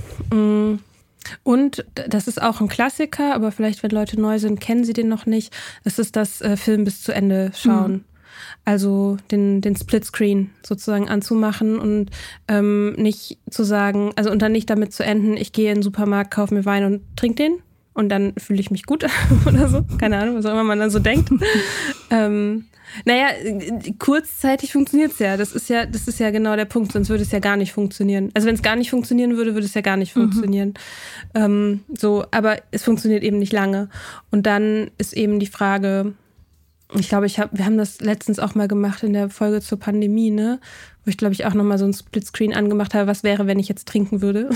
[SPEAKER 4] Und das ist auch ein Klassiker, aber vielleicht, wenn Leute neu sind, kennen sie den noch nicht. Es ist das Film bis zu Ende schauen. Also den Splitscreen sozusagen anzumachen und nicht zu sagen, also und dann nicht damit zu enden, ich gehe in den Supermarkt, kaufe mir Wein und trinke den und dann fühle ich mich gut oder so. Keine Ahnung, was auch immer man dann so denkt. Naja, kurzzeitig funktioniert es ja. Das ist ja genau der Punkt, sonst würde es ja gar nicht funktionieren. Also wenn es gar nicht funktionieren würde, würde es ja gar nicht funktionieren. Aber es funktioniert eben nicht lange. Und dann ist eben die Frage, ich glaube, wir haben das letztens auch mal gemacht in der Folge zur Pandemie, ne? Wo ich, glaube ich, auch nochmal so ein Splitscreen angemacht habe, was wäre, wenn ich jetzt trinken würde.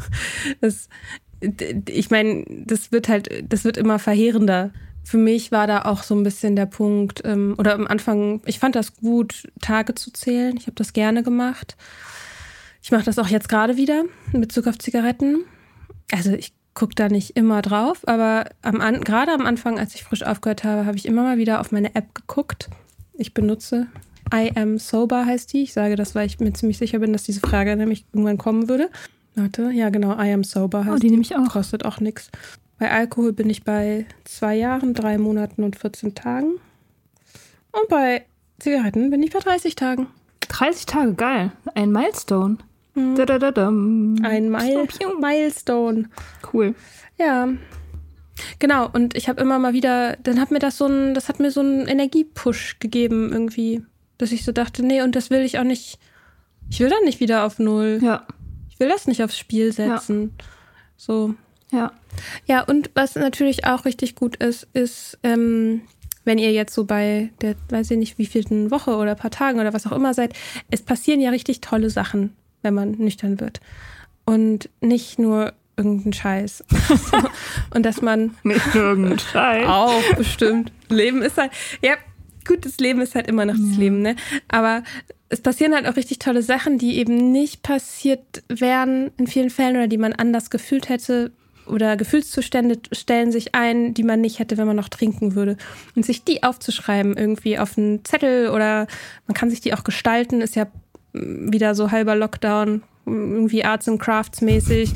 [SPEAKER 4] Ich meine, das wird immer verheerender. Für mich war da auch so ein bisschen der Punkt, oder am Anfang, ich fand das gut, Tage zu zählen. Ich habe das gerne gemacht. Ich mache das auch jetzt gerade wieder in Bezug auf Zigaretten. Also ich gucke da nicht immer drauf, aber gerade am Anfang, als ich frisch aufgehört habe, habe ich immer mal wieder auf meine App geguckt. Ich benutze I Am Sober, heißt die. Ich sage das, weil ich mir ziemlich sicher bin, dass diese Frage nämlich irgendwann kommen würde. Warte, ja genau, I Am Sober heißt die.
[SPEAKER 2] Die nehme ich auch.
[SPEAKER 4] Kostet auch nichts. Bei Alkohol bin ich bei 2 Jahren, 3 Monaten und 14 Tagen. Und bei Zigaretten bin ich bei 30 Tagen.
[SPEAKER 2] 30 Tage, geil. Ein Milestone.
[SPEAKER 4] Ein Milestone.
[SPEAKER 2] Cool.
[SPEAKER 4] Ja. Genau, und ich habe immer mal wieder, dann hat mir das hat mir so einen Energiepush gegeben irgendwie, dass ich so dachte, nee, und das will ich auch nicht, ich will dann nicht wieder auf 0.
[SPEAKER 2] Ja.
[SPEAKER 4] Ich will das nicht aufs Spiel setzen. Ja. So.
[SPEAKER 2] Ja.
[SPEAKER 4] Ja, und was natürlich auch richtig gut ist, wenn ihr jetzt so bei der, weiß ich nicht, wievielten Woche oder paar Tagen oder was auch immer seid, es passieren ja richtig tolle Sachen, wenn man nüchtern wird. Und nicht nur irgendein Scheiß. Und dass man...
[SPEAKER 2] Nicht nur irgendein Scheiß.
[SPEAKER 4] Auch, bestimmt. Leben ist halt... Ja, gut, das Leben ist halt immer noch das Leben, ne? Aber es passieren halt auch richtig tolle Sachen, die eben nicht passiert wären in vielen Fällen oder die man anders gefühlt hätte. Oder Gefühlszustände stellen sich ein, die man nicht hätte, wenn man noch trinken würde. Und sich die aufzuschreiben, irgendwie auf einen Zettel oder man kann sich die auch gestalten, ist ja wieder so halber Lockdown, irgendwie Arts and Crafts mäßig.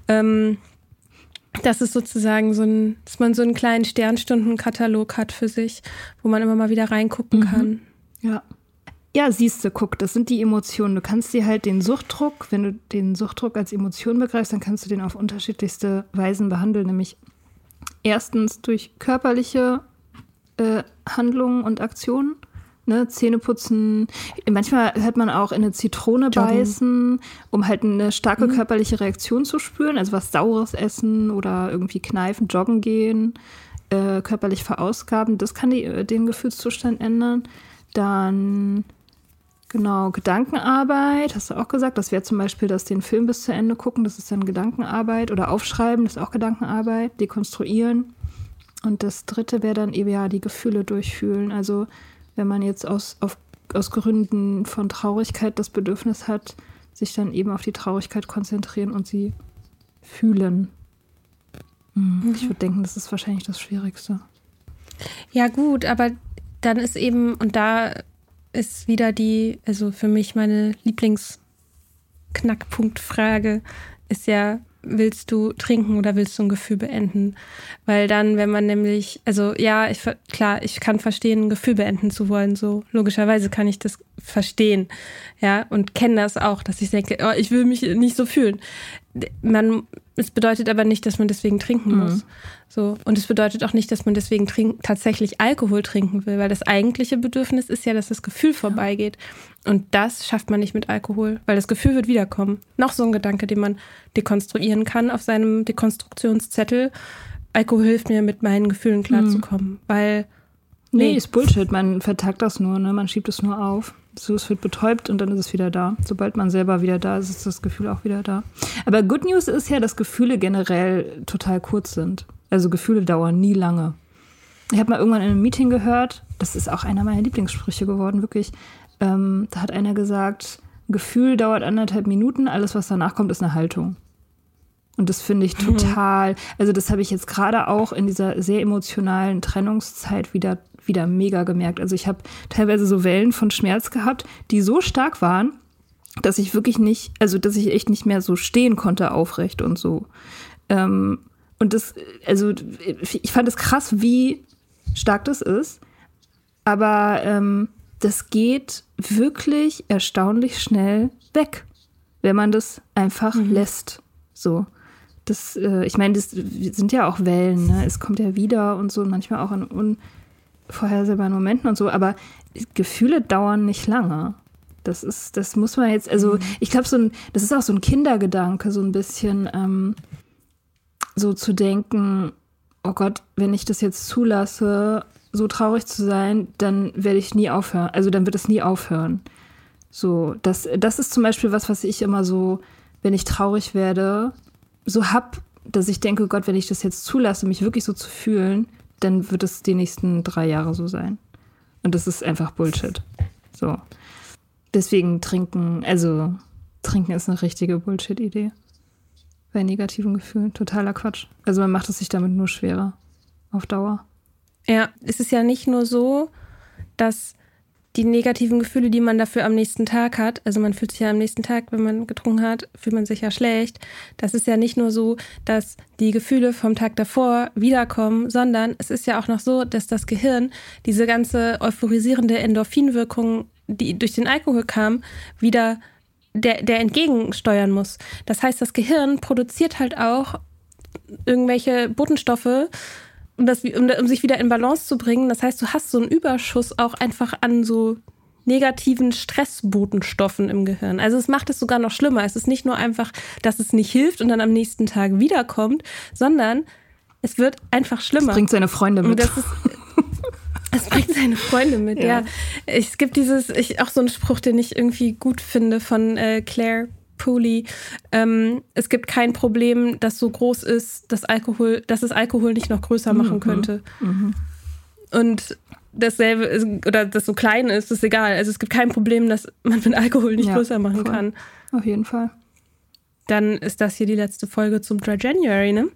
[SPEAKER 4] Das ist sozusagen dass man so einen kleinen Sternstundenkatalog hat für sich, wo man immer mal wieder reingucken kann.
[SPEAKER 2] Ja. Ja, siehst du, guck, das sind die Emotionen. Du kannst dir halt den Suchtdruck, wenn du den Suchtdruck als Emotion begreifst, dann kannst du den auf unterschiedlichste Weisen behandeln, nämlich erstens durch körperliche Handlungen und Aktionen. Ne, Zähne putzen. Manchmal hört man auch in eine Zitrone beißen, um halt eine starke körperliche Reaktion zu spüren. Also was Saures essen oder irgendwie kneifen, joggen gehen, körperlich verausgaben. Das kann den Gefühlszustand ändern. Dann, genau, Gedankenarbeit, hast du auch gesagt. Das wäre zum Beispiel, dass den Film bis zu Ende gucken. Das ist dann Gedankenarbeit. Oder aufschreiben, das ist auch Gedankenarbeit. Dekonstruieren. Und das dritte wäre dann eben ja die Gefühle durchfühlen. Also wenn man jetzt aus Gründen von Traurigkeit das Bedürfnis hat, sich dann eben auf die Traurigkeit konzentrieren und sie fühlen. Ich würde denken, das ist wahrscheinlich das Schwierigste.
[SPEAKER 4] Ja gut, aber dann ist eben, und da ist wieder also für mich meine Lieblingsknackpunktfrage ist ja, willst du trinken oder willst du ein Gefühl beenden? Weil dann, wenn man nämlich, also ja, ich kann verstehen, ein Gefühl beenden zu wollen, so logischerweise kann ich das verstehen, ja, und kenne das auch, dass ich denke, oh, ich will mich nicht so fühlen. Es bedeutet aber nicht, dass man deswegen trinken muss. So. Und es bedeutet auch nicht, dass man deswegen tatsächlich Alkohol trinken will, weil das eigentliche Bedürfnis ist ja, dass das Gefühl vorbeigeht. Und das schafft man nicht mit Alkohol, weil das Gefühl wird wiederkommen. Noch so ein Gedanke, den man dekonstruieren kann auf seinem Dekonstruktionszettel. Alkohol hilft mir, mit meinen Gefühlen klarzukommen, weil
[SPEAKER 2] Nee, ist Bullshit. Man vertagt das nur, ne? Man schiebt es nur auf. So, es wird betäubt und dann ist es wieder da. Sobald man selber wieder da ist, ist das Gefühl auch wieder da. Aber Good News ist ja, dass Gefühle generell total kurz sind. Also Gefühle dauern nie lange. Ich habe mal irgendwann in einem Meeting gehört, das ist auch einer meiner Lieblingssprüche geworden, wirklich. Da hat einer gesagt, Gefühl dauert 1,5 Minuten, alles, was danach kommt, ist eine Haltung. Und das finde ich total, also das habe ich jetzt gerade auch in dieser sehr emotionalen Trennungszeit wieder mega gemerkt. Also ich habe teilweise so Wellen von Schmerz gehabt, die so stark waren, dass ich wirklich nicht, also dass ich echt nicht mehr so stehen konnte aufrecht und so. Und das, also ich fand es krass, wie stark das ist, aber das geht wirklich erstaunlich schnell weg, wenn man das einfach lässt. So. Das, ich meine, das sind ja auch Wellen, ne? Es kommt ja wieder und so, manchmal auch in unvorhersehbaren Momenten und so, aber Gefühle dauern nicht lange. Das muss man jetzt, also ich glaube, das ist auch so ein Kindergedanke, so ein bisschen so zu denken, oh Gott, wenn ich das jetzt zulasse, so traurig zu sein, dann werde ich nie aufhören, also dann wird es nie aufhören. So, das ist zum Beispiel was ich immer so, wenn ich traurig werde, so hab, dass ich denke, Gott, wenn ich das jetzt zulasse, mich wirklich so zu fühlen, dann wird es die nächsten 3 Jahre so sein. Und das ist einfach Bullshit. So. Deswegen Trinken ist eine richtige Bullshit-Idee. Bei negativen Gefühlen. Totaler Quatsch. Also man macht es sich damit nur schwerer. Auf Dauer.
[SPEAKER 4] Ja, es ist ja nicht nur so, dass die negativen Gefühle, die man dafür am nächsten Tag hat, also man fühlt sich ja am nächsten Tag, wenn man getrunken hat, fühlt man sich ja schlecht. Das ist ja nicht nur so, dass die Gefühle vom Tag davor wiederkommen, sondern es ist ja auch noch so, dass das Gehirn diese ganze euphorisierende Endorphinwirkung, die durch den Alkohol kam, wieder der entgegensteuern muss. Das heißt, das Gehirn produziert halt auch irgendwelche Botenstoffe, um sich wieder in Balance zu bringen. Das heißt, du hast so einen Überschuss auch einfach an so negativen Stressbotenstoffen im Gehirn. Also es macht es sogar noch schlimmer. Es ist nicht nur einfach, dass es nicht hilft und dann am nächsten Tag wiederkommt, sondern es wird einfach schlimmer.
[SPEAKER 2] Es bringt seine Freunde mit.
[SPEAKER 4] Es bringt seine Freunde mit, ja. Es gibt auch so einen Spruch, den ich irgendwie gut finde von Claire Pooley. Es gibt kein Problem, das so groß ist, dass es Alkohol nicht noch größer machen könnte. Und dasselbe ist, oder das so klein ist egal. Also es gibt kein Problem, dass man mit Alkohol nicht größer machen kann.
[SPEAKER 2] Auf jeden Fall.
[SPEAKER 4] Dann ist das hier die letzte Folge zum Dry January, ne?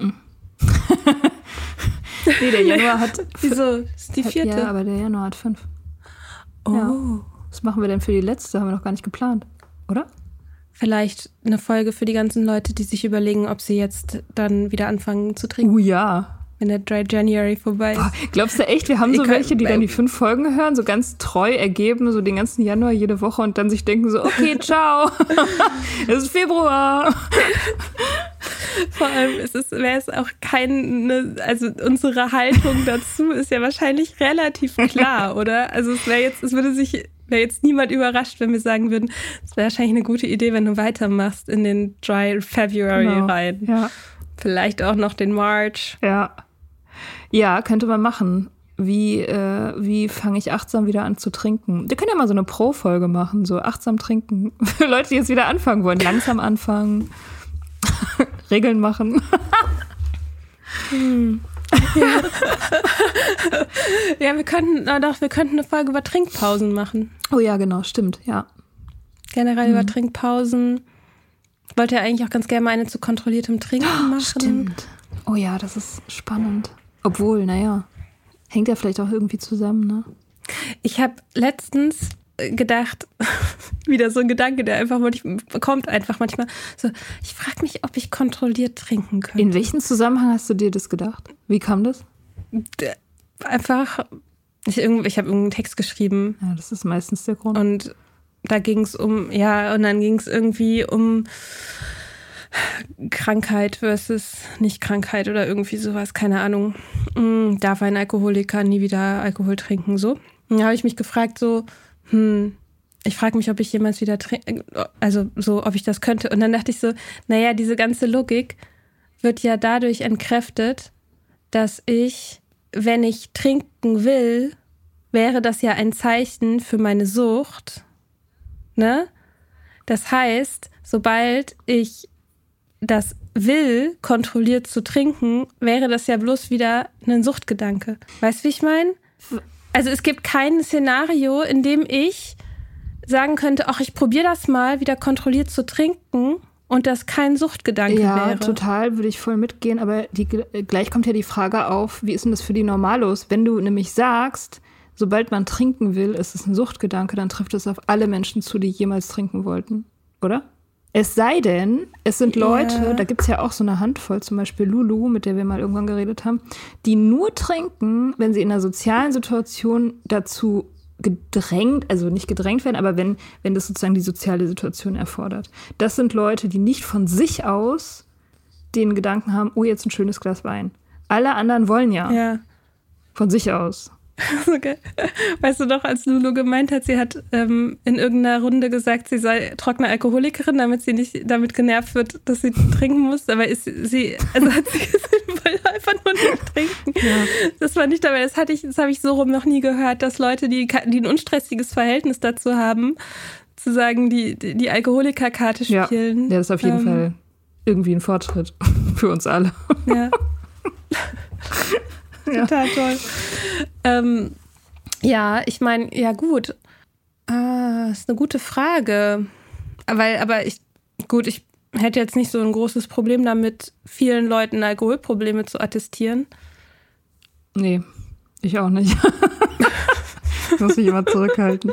[SPEAKER 2] Nee, der Januar hat...
[SPEAKER 4] Wieso? Ist die 4.
[SPEAKER 2] Ja, aber der Januar hat 5.
[SPEAKER 4] Oh.
[SPEAKER 2] Ja. Was machen wir denn für die letzte? Haben wir noch gar nicht geplant, oder?
[SPEAKER 4] Vielleicht eine Folge für die ganzen Leute, die sich überlegen, ob sie jetzt dann wieder anfangen zu trinken.
[SPEAKER 2] Ja.
[SPEAKER 4] Wenn der Dry January vorbei ist.
[SPEAKER 2] Boah, glaubst du echt, wir haben so welche, die dann die 5 Folgen hören, so ganz treu ergeben, so den ganzen Januar jede Woche und dann sich denken so, okay, ciao, es ist Februar.
[SPEAKER 4] Vor allem wäre es auch also unsere Haltung dazu ist ja wahrscheinlich relativ klar, oder? Also wäre jetzt niemand überrascht, wenn wir sagen würden, es wäre wahrscheinlich eine gute Idee, wenn du weitermachst in den Dry February rein.
[SPEAKER 2] Ja.
[SPEAKER 4] Vielleicht auch noch den March.
[SPEAKER 2] Ja. Ja, könnte man machen. Wie fange ich achtsam wieder an zu trinken? Wir können ja mal so eine Pro-Folge machen, so achtsam trinken. Für Leute, die jetzt wieder anfangen wollen. Langsam anfangen. Regeln machen.
[SPEAKER 4] Ja, wir könnten eine Folge über Trinkpausen machen.
[SPEAKER 2] Oh ja, genau, stimmt, ja.
[SPEAKER 4] Generell über Trinkpausen. Ich wollte ja eigentlich auch ganz gerne mal eine zu kontrolliertem Trinken machen.
[SPEAKER 2] Stimmt. Oh ja, das ist spannend. Obwohl, naja, hängt ja vielleicht auch irgendwie zusammen, ne?
[SPEAKER 4] Ich habe letztens gedacht, wieder so ein Gedanke, der kommt einfach manchmal so, ich frage mich, ob ich kontrolliert trinken könnte.
[SPEAKER 2] In welchem Zusammenhang hast du dir das gedacht? Wie kam das?
[SPEAKER 4] Einfach, ich habe irgendeinen Text geschrieben.
[SPEAKER 2] Ja, das ist meistens der Grund.
[SPEAKER 4] Und da ging es und dann ging es irgendwie um Krankheit versus Nicht-Krankheit oder irgendwie sowas, keine Ahnung. Darf ein Alkoholiker nie wieder Alkohol trinken, so? Und da habe ich mich gefragt, so, ich frage mich, ob ich jemals wieder trinke, also so, ob ich das könnte. Und dann dachte ich so, naja, diese ganze Logik wird ja dadurch entkräftet, dass wenn ich trinken will, wäre das ja ein Zeichen für meine Sucht, ne? Das heißt, sobald ich das will, kontrolliert zu trinken, wäre das ja bloß wieder ein Suchtgedanke. Weißt du, wie ich meine? Also es gibt kein Szenario, in dem ich sagen könnte, ach, ich probiere das mal, wieder kontrolliert zu trinken und das kein Suchtgedanke wäre.
[SPEAKER 2] Ja, total, würde ich voll mitgehen, aber gleich kommt ja die Frage auf, wie ist denn das für die Normalos? Wenn du nämlich sagst, sobald man trinken will, ist es ein Suchtgedanke, dann trifft es auf alle Menschen zu, die jemals trinken wollten, oder? Es sei denn, es sind Leute, da gibt es ja auch so eine Handvoll, zum Beispiel Lulu, mit der wir mal irgendwann geredet haben, die nur trinken, wenn sie in einer sozialen Situation dazu gedrängt, also nicht gedrängt werden, aber wenn das sozusagen die soziale Situation erfordert. Das sind Leute, die nicht von sich aus den Gedanken haben, oh, jetzt ein schönes Glas Wein. Alle anderen wollen ja. Von sich aus.
[SPEAKER 4] Okay. Weißt du doch, als Lulu gemeint hat, sie hat in irgendeiner Runde gesagt, sie sei trockene Alkoholikerin, damit sie nicht damit genervt wird, dass sie trinken muss. Aber hat sie wollte einfach nur nicht trinken. Ja. Das war nicht dabei. Das habe ich so rum noch nie gehört, dass Leute, die ein unstressiges Verhältnis dazu haben, zu sagen, die Alkoholikerkarte spielen.
[SPEAKER 2] Ja, das ist auf jeden Fall irgendwie ein Fortschritt für uns alle.
[SPEAKER 4] Ja. Total toll. Ich meine, ja gut. Ist eine gute Frage. Aber ich hätte jetzt nicht so ein großes Problem damit, vielen Leuten Alkoholprobleme zu attestieren.
[SPEAKER 2] Nee, ich auch nicht. Ich muss mich immer zurückhalten.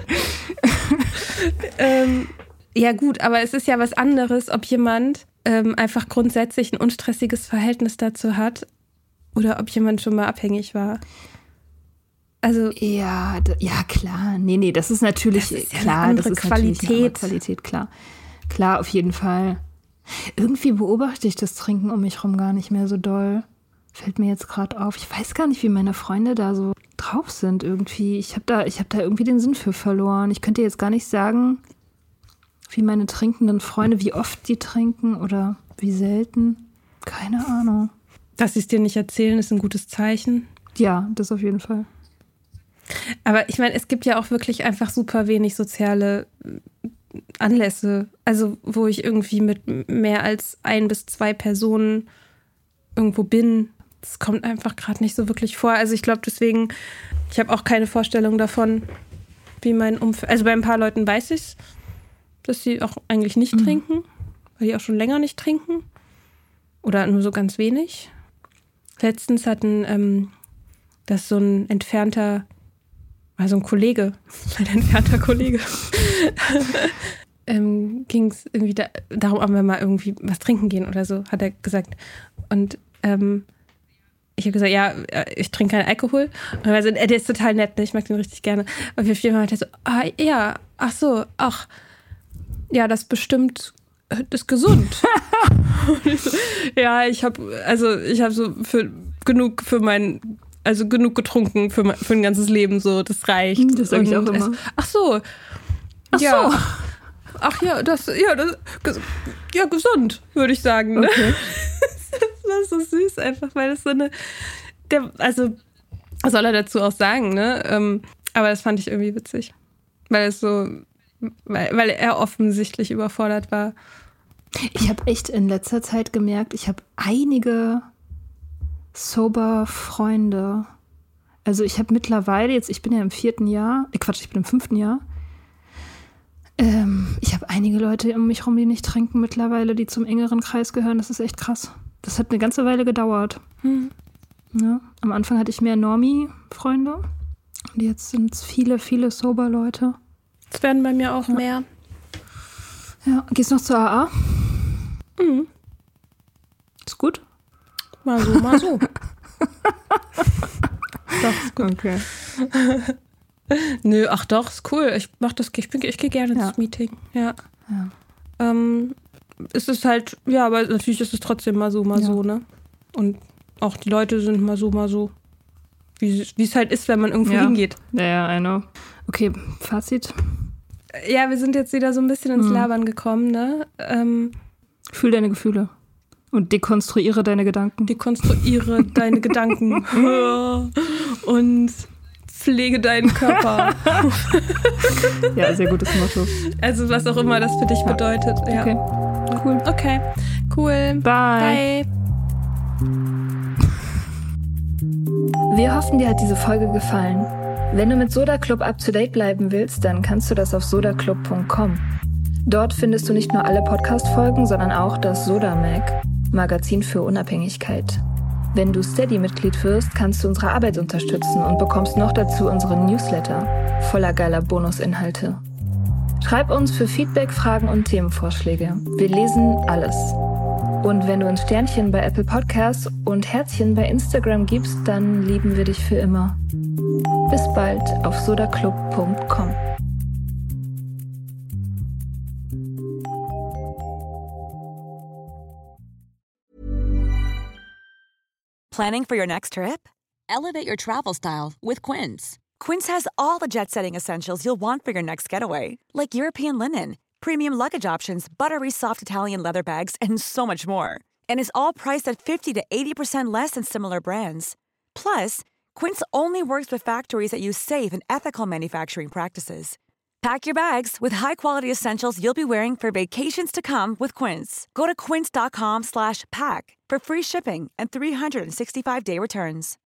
[SPEAKER 4] Ja gut, aber es ist ja was anderes, ob jemand einfach grundsätzlich ein unstressiges Verhältnis dazu hat, oder ob jemand schon mal abhängig war. Also
[SPEAKER 2] ja, klar. Nee, das ist natürlich
[SPEAKER 4] das ist ja
[SPEAKER 2] klar.
[SPEAKER 4] Eine andere
[SPEAKER 2] das ist
[SPEAKER 4] Qualität.
[SPEAKER 2] Natürlich eine andere Qualität, klar. Klar, auf jeden Fall. Irgendwie beobachte ich das Trinken um mich rum gar nicht mehr so doll. Fällt mir jetzt gerade auf. Ich weiß gar nicht, wie meine Freunde da so drauf sind irgendwie. Ich hab da irgendwie den Sinn für verloren. Ich könnte jetzt gar nicht sagen, wie meine trinkenden Freunde, wie oft die trinken oder wie selten. Keine Ahnung.
[SPEAKER 4] Dass sie es dir nicht erzählen, ist ein gutes Zeichen.
[SPEAKER 2] Ja, das auf jeden Fall.
[SPEAKER 4] Aber ich meine, es gibt ja auch wirklich einfach super wenig soziale Anlässe. Also wo ich irgendwie mit mehr als 1 bis 2 Personen irgendwo bin. Das kommt einfach gerade nicht so wirklich vor. Also ich glaube deswegen, ich habe auch keine Vorstellung davon, wie mein Umfeld. Also bei ein paar Leuten weiß ich es, dass sie auch eigentlich nicht trinken, weil die auch schon länger nicht trinken. Oder nur so ganz wenig. Letztens hatten das so ein entfernter, also ein Kollege, ein entfernter Kollege, ging es irgendwie darum, ob wir mal irgendwie was trinken gehen oder so, hat er gesagt. Und ich habe gesagt, ja, ich trinke keinen Alkohol. Und er war so, der ist total nett, ne? Ich mag den richtig gerne. Und wir 4 Mal hat er so, ja, ach so, ach, ja, das bestimmt das ist gesund. Ja, ich habe so genug getrunken für ein ganzes Leben, so, das reicht.
[SPEAKER 2] Das sage ich auch immer.
[SPEAKER 4] Ach so. Ach ja, gesund, würde ich sagen. Ne?
[SPEAKER 2] Okay.
[SPEAKER 1] Das ist so süß einfach, weil das so eine, was soll er dazu auch sagen, ne? Aber das fand ich irgendwie witzig, weil er offensichtlich überfordert war.
[SPEAKER 2] Ich habe echt in letzter Zeit gemerkt, ich habe einige Sober-Freunde. Also ich habe mittlerweile jetzt, ich bin ja im 4. Jahr, ich bin im 5. Jahr. Ich habe einige Leute um mich rum, die nicht trinken mittlerweile, die zum engeren Kreis gehören. Das ist echt krass. Das hat eine ganze Weile gedauert. Ja, am Anfang hatte ich mehr Normie-Freunde. Und jetzt sind es viele, viele Sober-Leute.
[SPEAKER 4] Es werden bei mir auch mehr.
[SPEAKER 2] Ja, gehst du noch zur AA?
[SPEAKER 4] Mhm.
[SPEAKER 2] Ist gut?
[SPEAKER 4] Mal so. Doch, ist gut.
[SPEAKER 2] Okay.
[SPEAKER 4] Nö, ach doch, ist cool. Ich gehe gerne ins Meeting. Ja. Es ist halt, ja, aber natürlich ist es trotzdem mal so, ne? Und auch die Leute sind mal so. Wie es halt ist, wenn man irgendwo hingeht.
[SPEAKER 2] Ja, I know. Okay, Fazit.
[SPEAKER 4] Ja, wir sind jetzt wieder so ein bisschen ins Labern gekommen, ne?
[SPEAKER 2] Fühl deine Gefühle. Und dekonstruiere deine Gedanken.
[SPEAKER 4] Dekonstruiere deine Gedanken. Und pflege deinen Körper.
[SPEAKER 2] Ja, sehr gutes Motto.
[SPEAKER 4] Also was auch immer das für dich bedeutet. Ja.
[SPEAKER 2] Okay, cool.
[SPEAKER 4] Okay, cool.
[SPEAKER 2] Bye. Wir hoffen, dir hat diese Folge gefallen. Wenn du mit Soda Club up-to-date bleiben willst, dann kannst du das auf sodaclub.com. Dort findest du nicht nur alle Podcast-Folgen, sondern auch das Soda Mag, Magazin für Unabhängigkeit. Wenn du Steady-Mitglied wirst, kannst du unsere Arbeit unterstützen und bekommst noch dazu unseren Newsletter voller geiler Bonusinhalte. Schreib uns für Feedback, Fragen und Themenvorschläge. Wir lesen alles. Und wenn du uns Sternchen bei Apple Podcasts und Herzchen bei Instagram gibst, dann lieben wir dich für immer. Bis bald auf sodaclub.com.
[SPEAKER 5] Planning for your next trip? Elevate your travel style with Quince. Quince has all the jet-setting essentials you'll want for your next getaway, like European linen, premium luggage options, buttery soft Italian leather bags, and so much more. And is all priced at 50 to 80% less than similar brands. Plus, Quince only works with factories that use safe and ethical manufacturing practices. Pack your bags with high-quality essentials you'll be wearing for vacations to come with Quince. Go to quince.com/pack for free shipping and 365-day returns.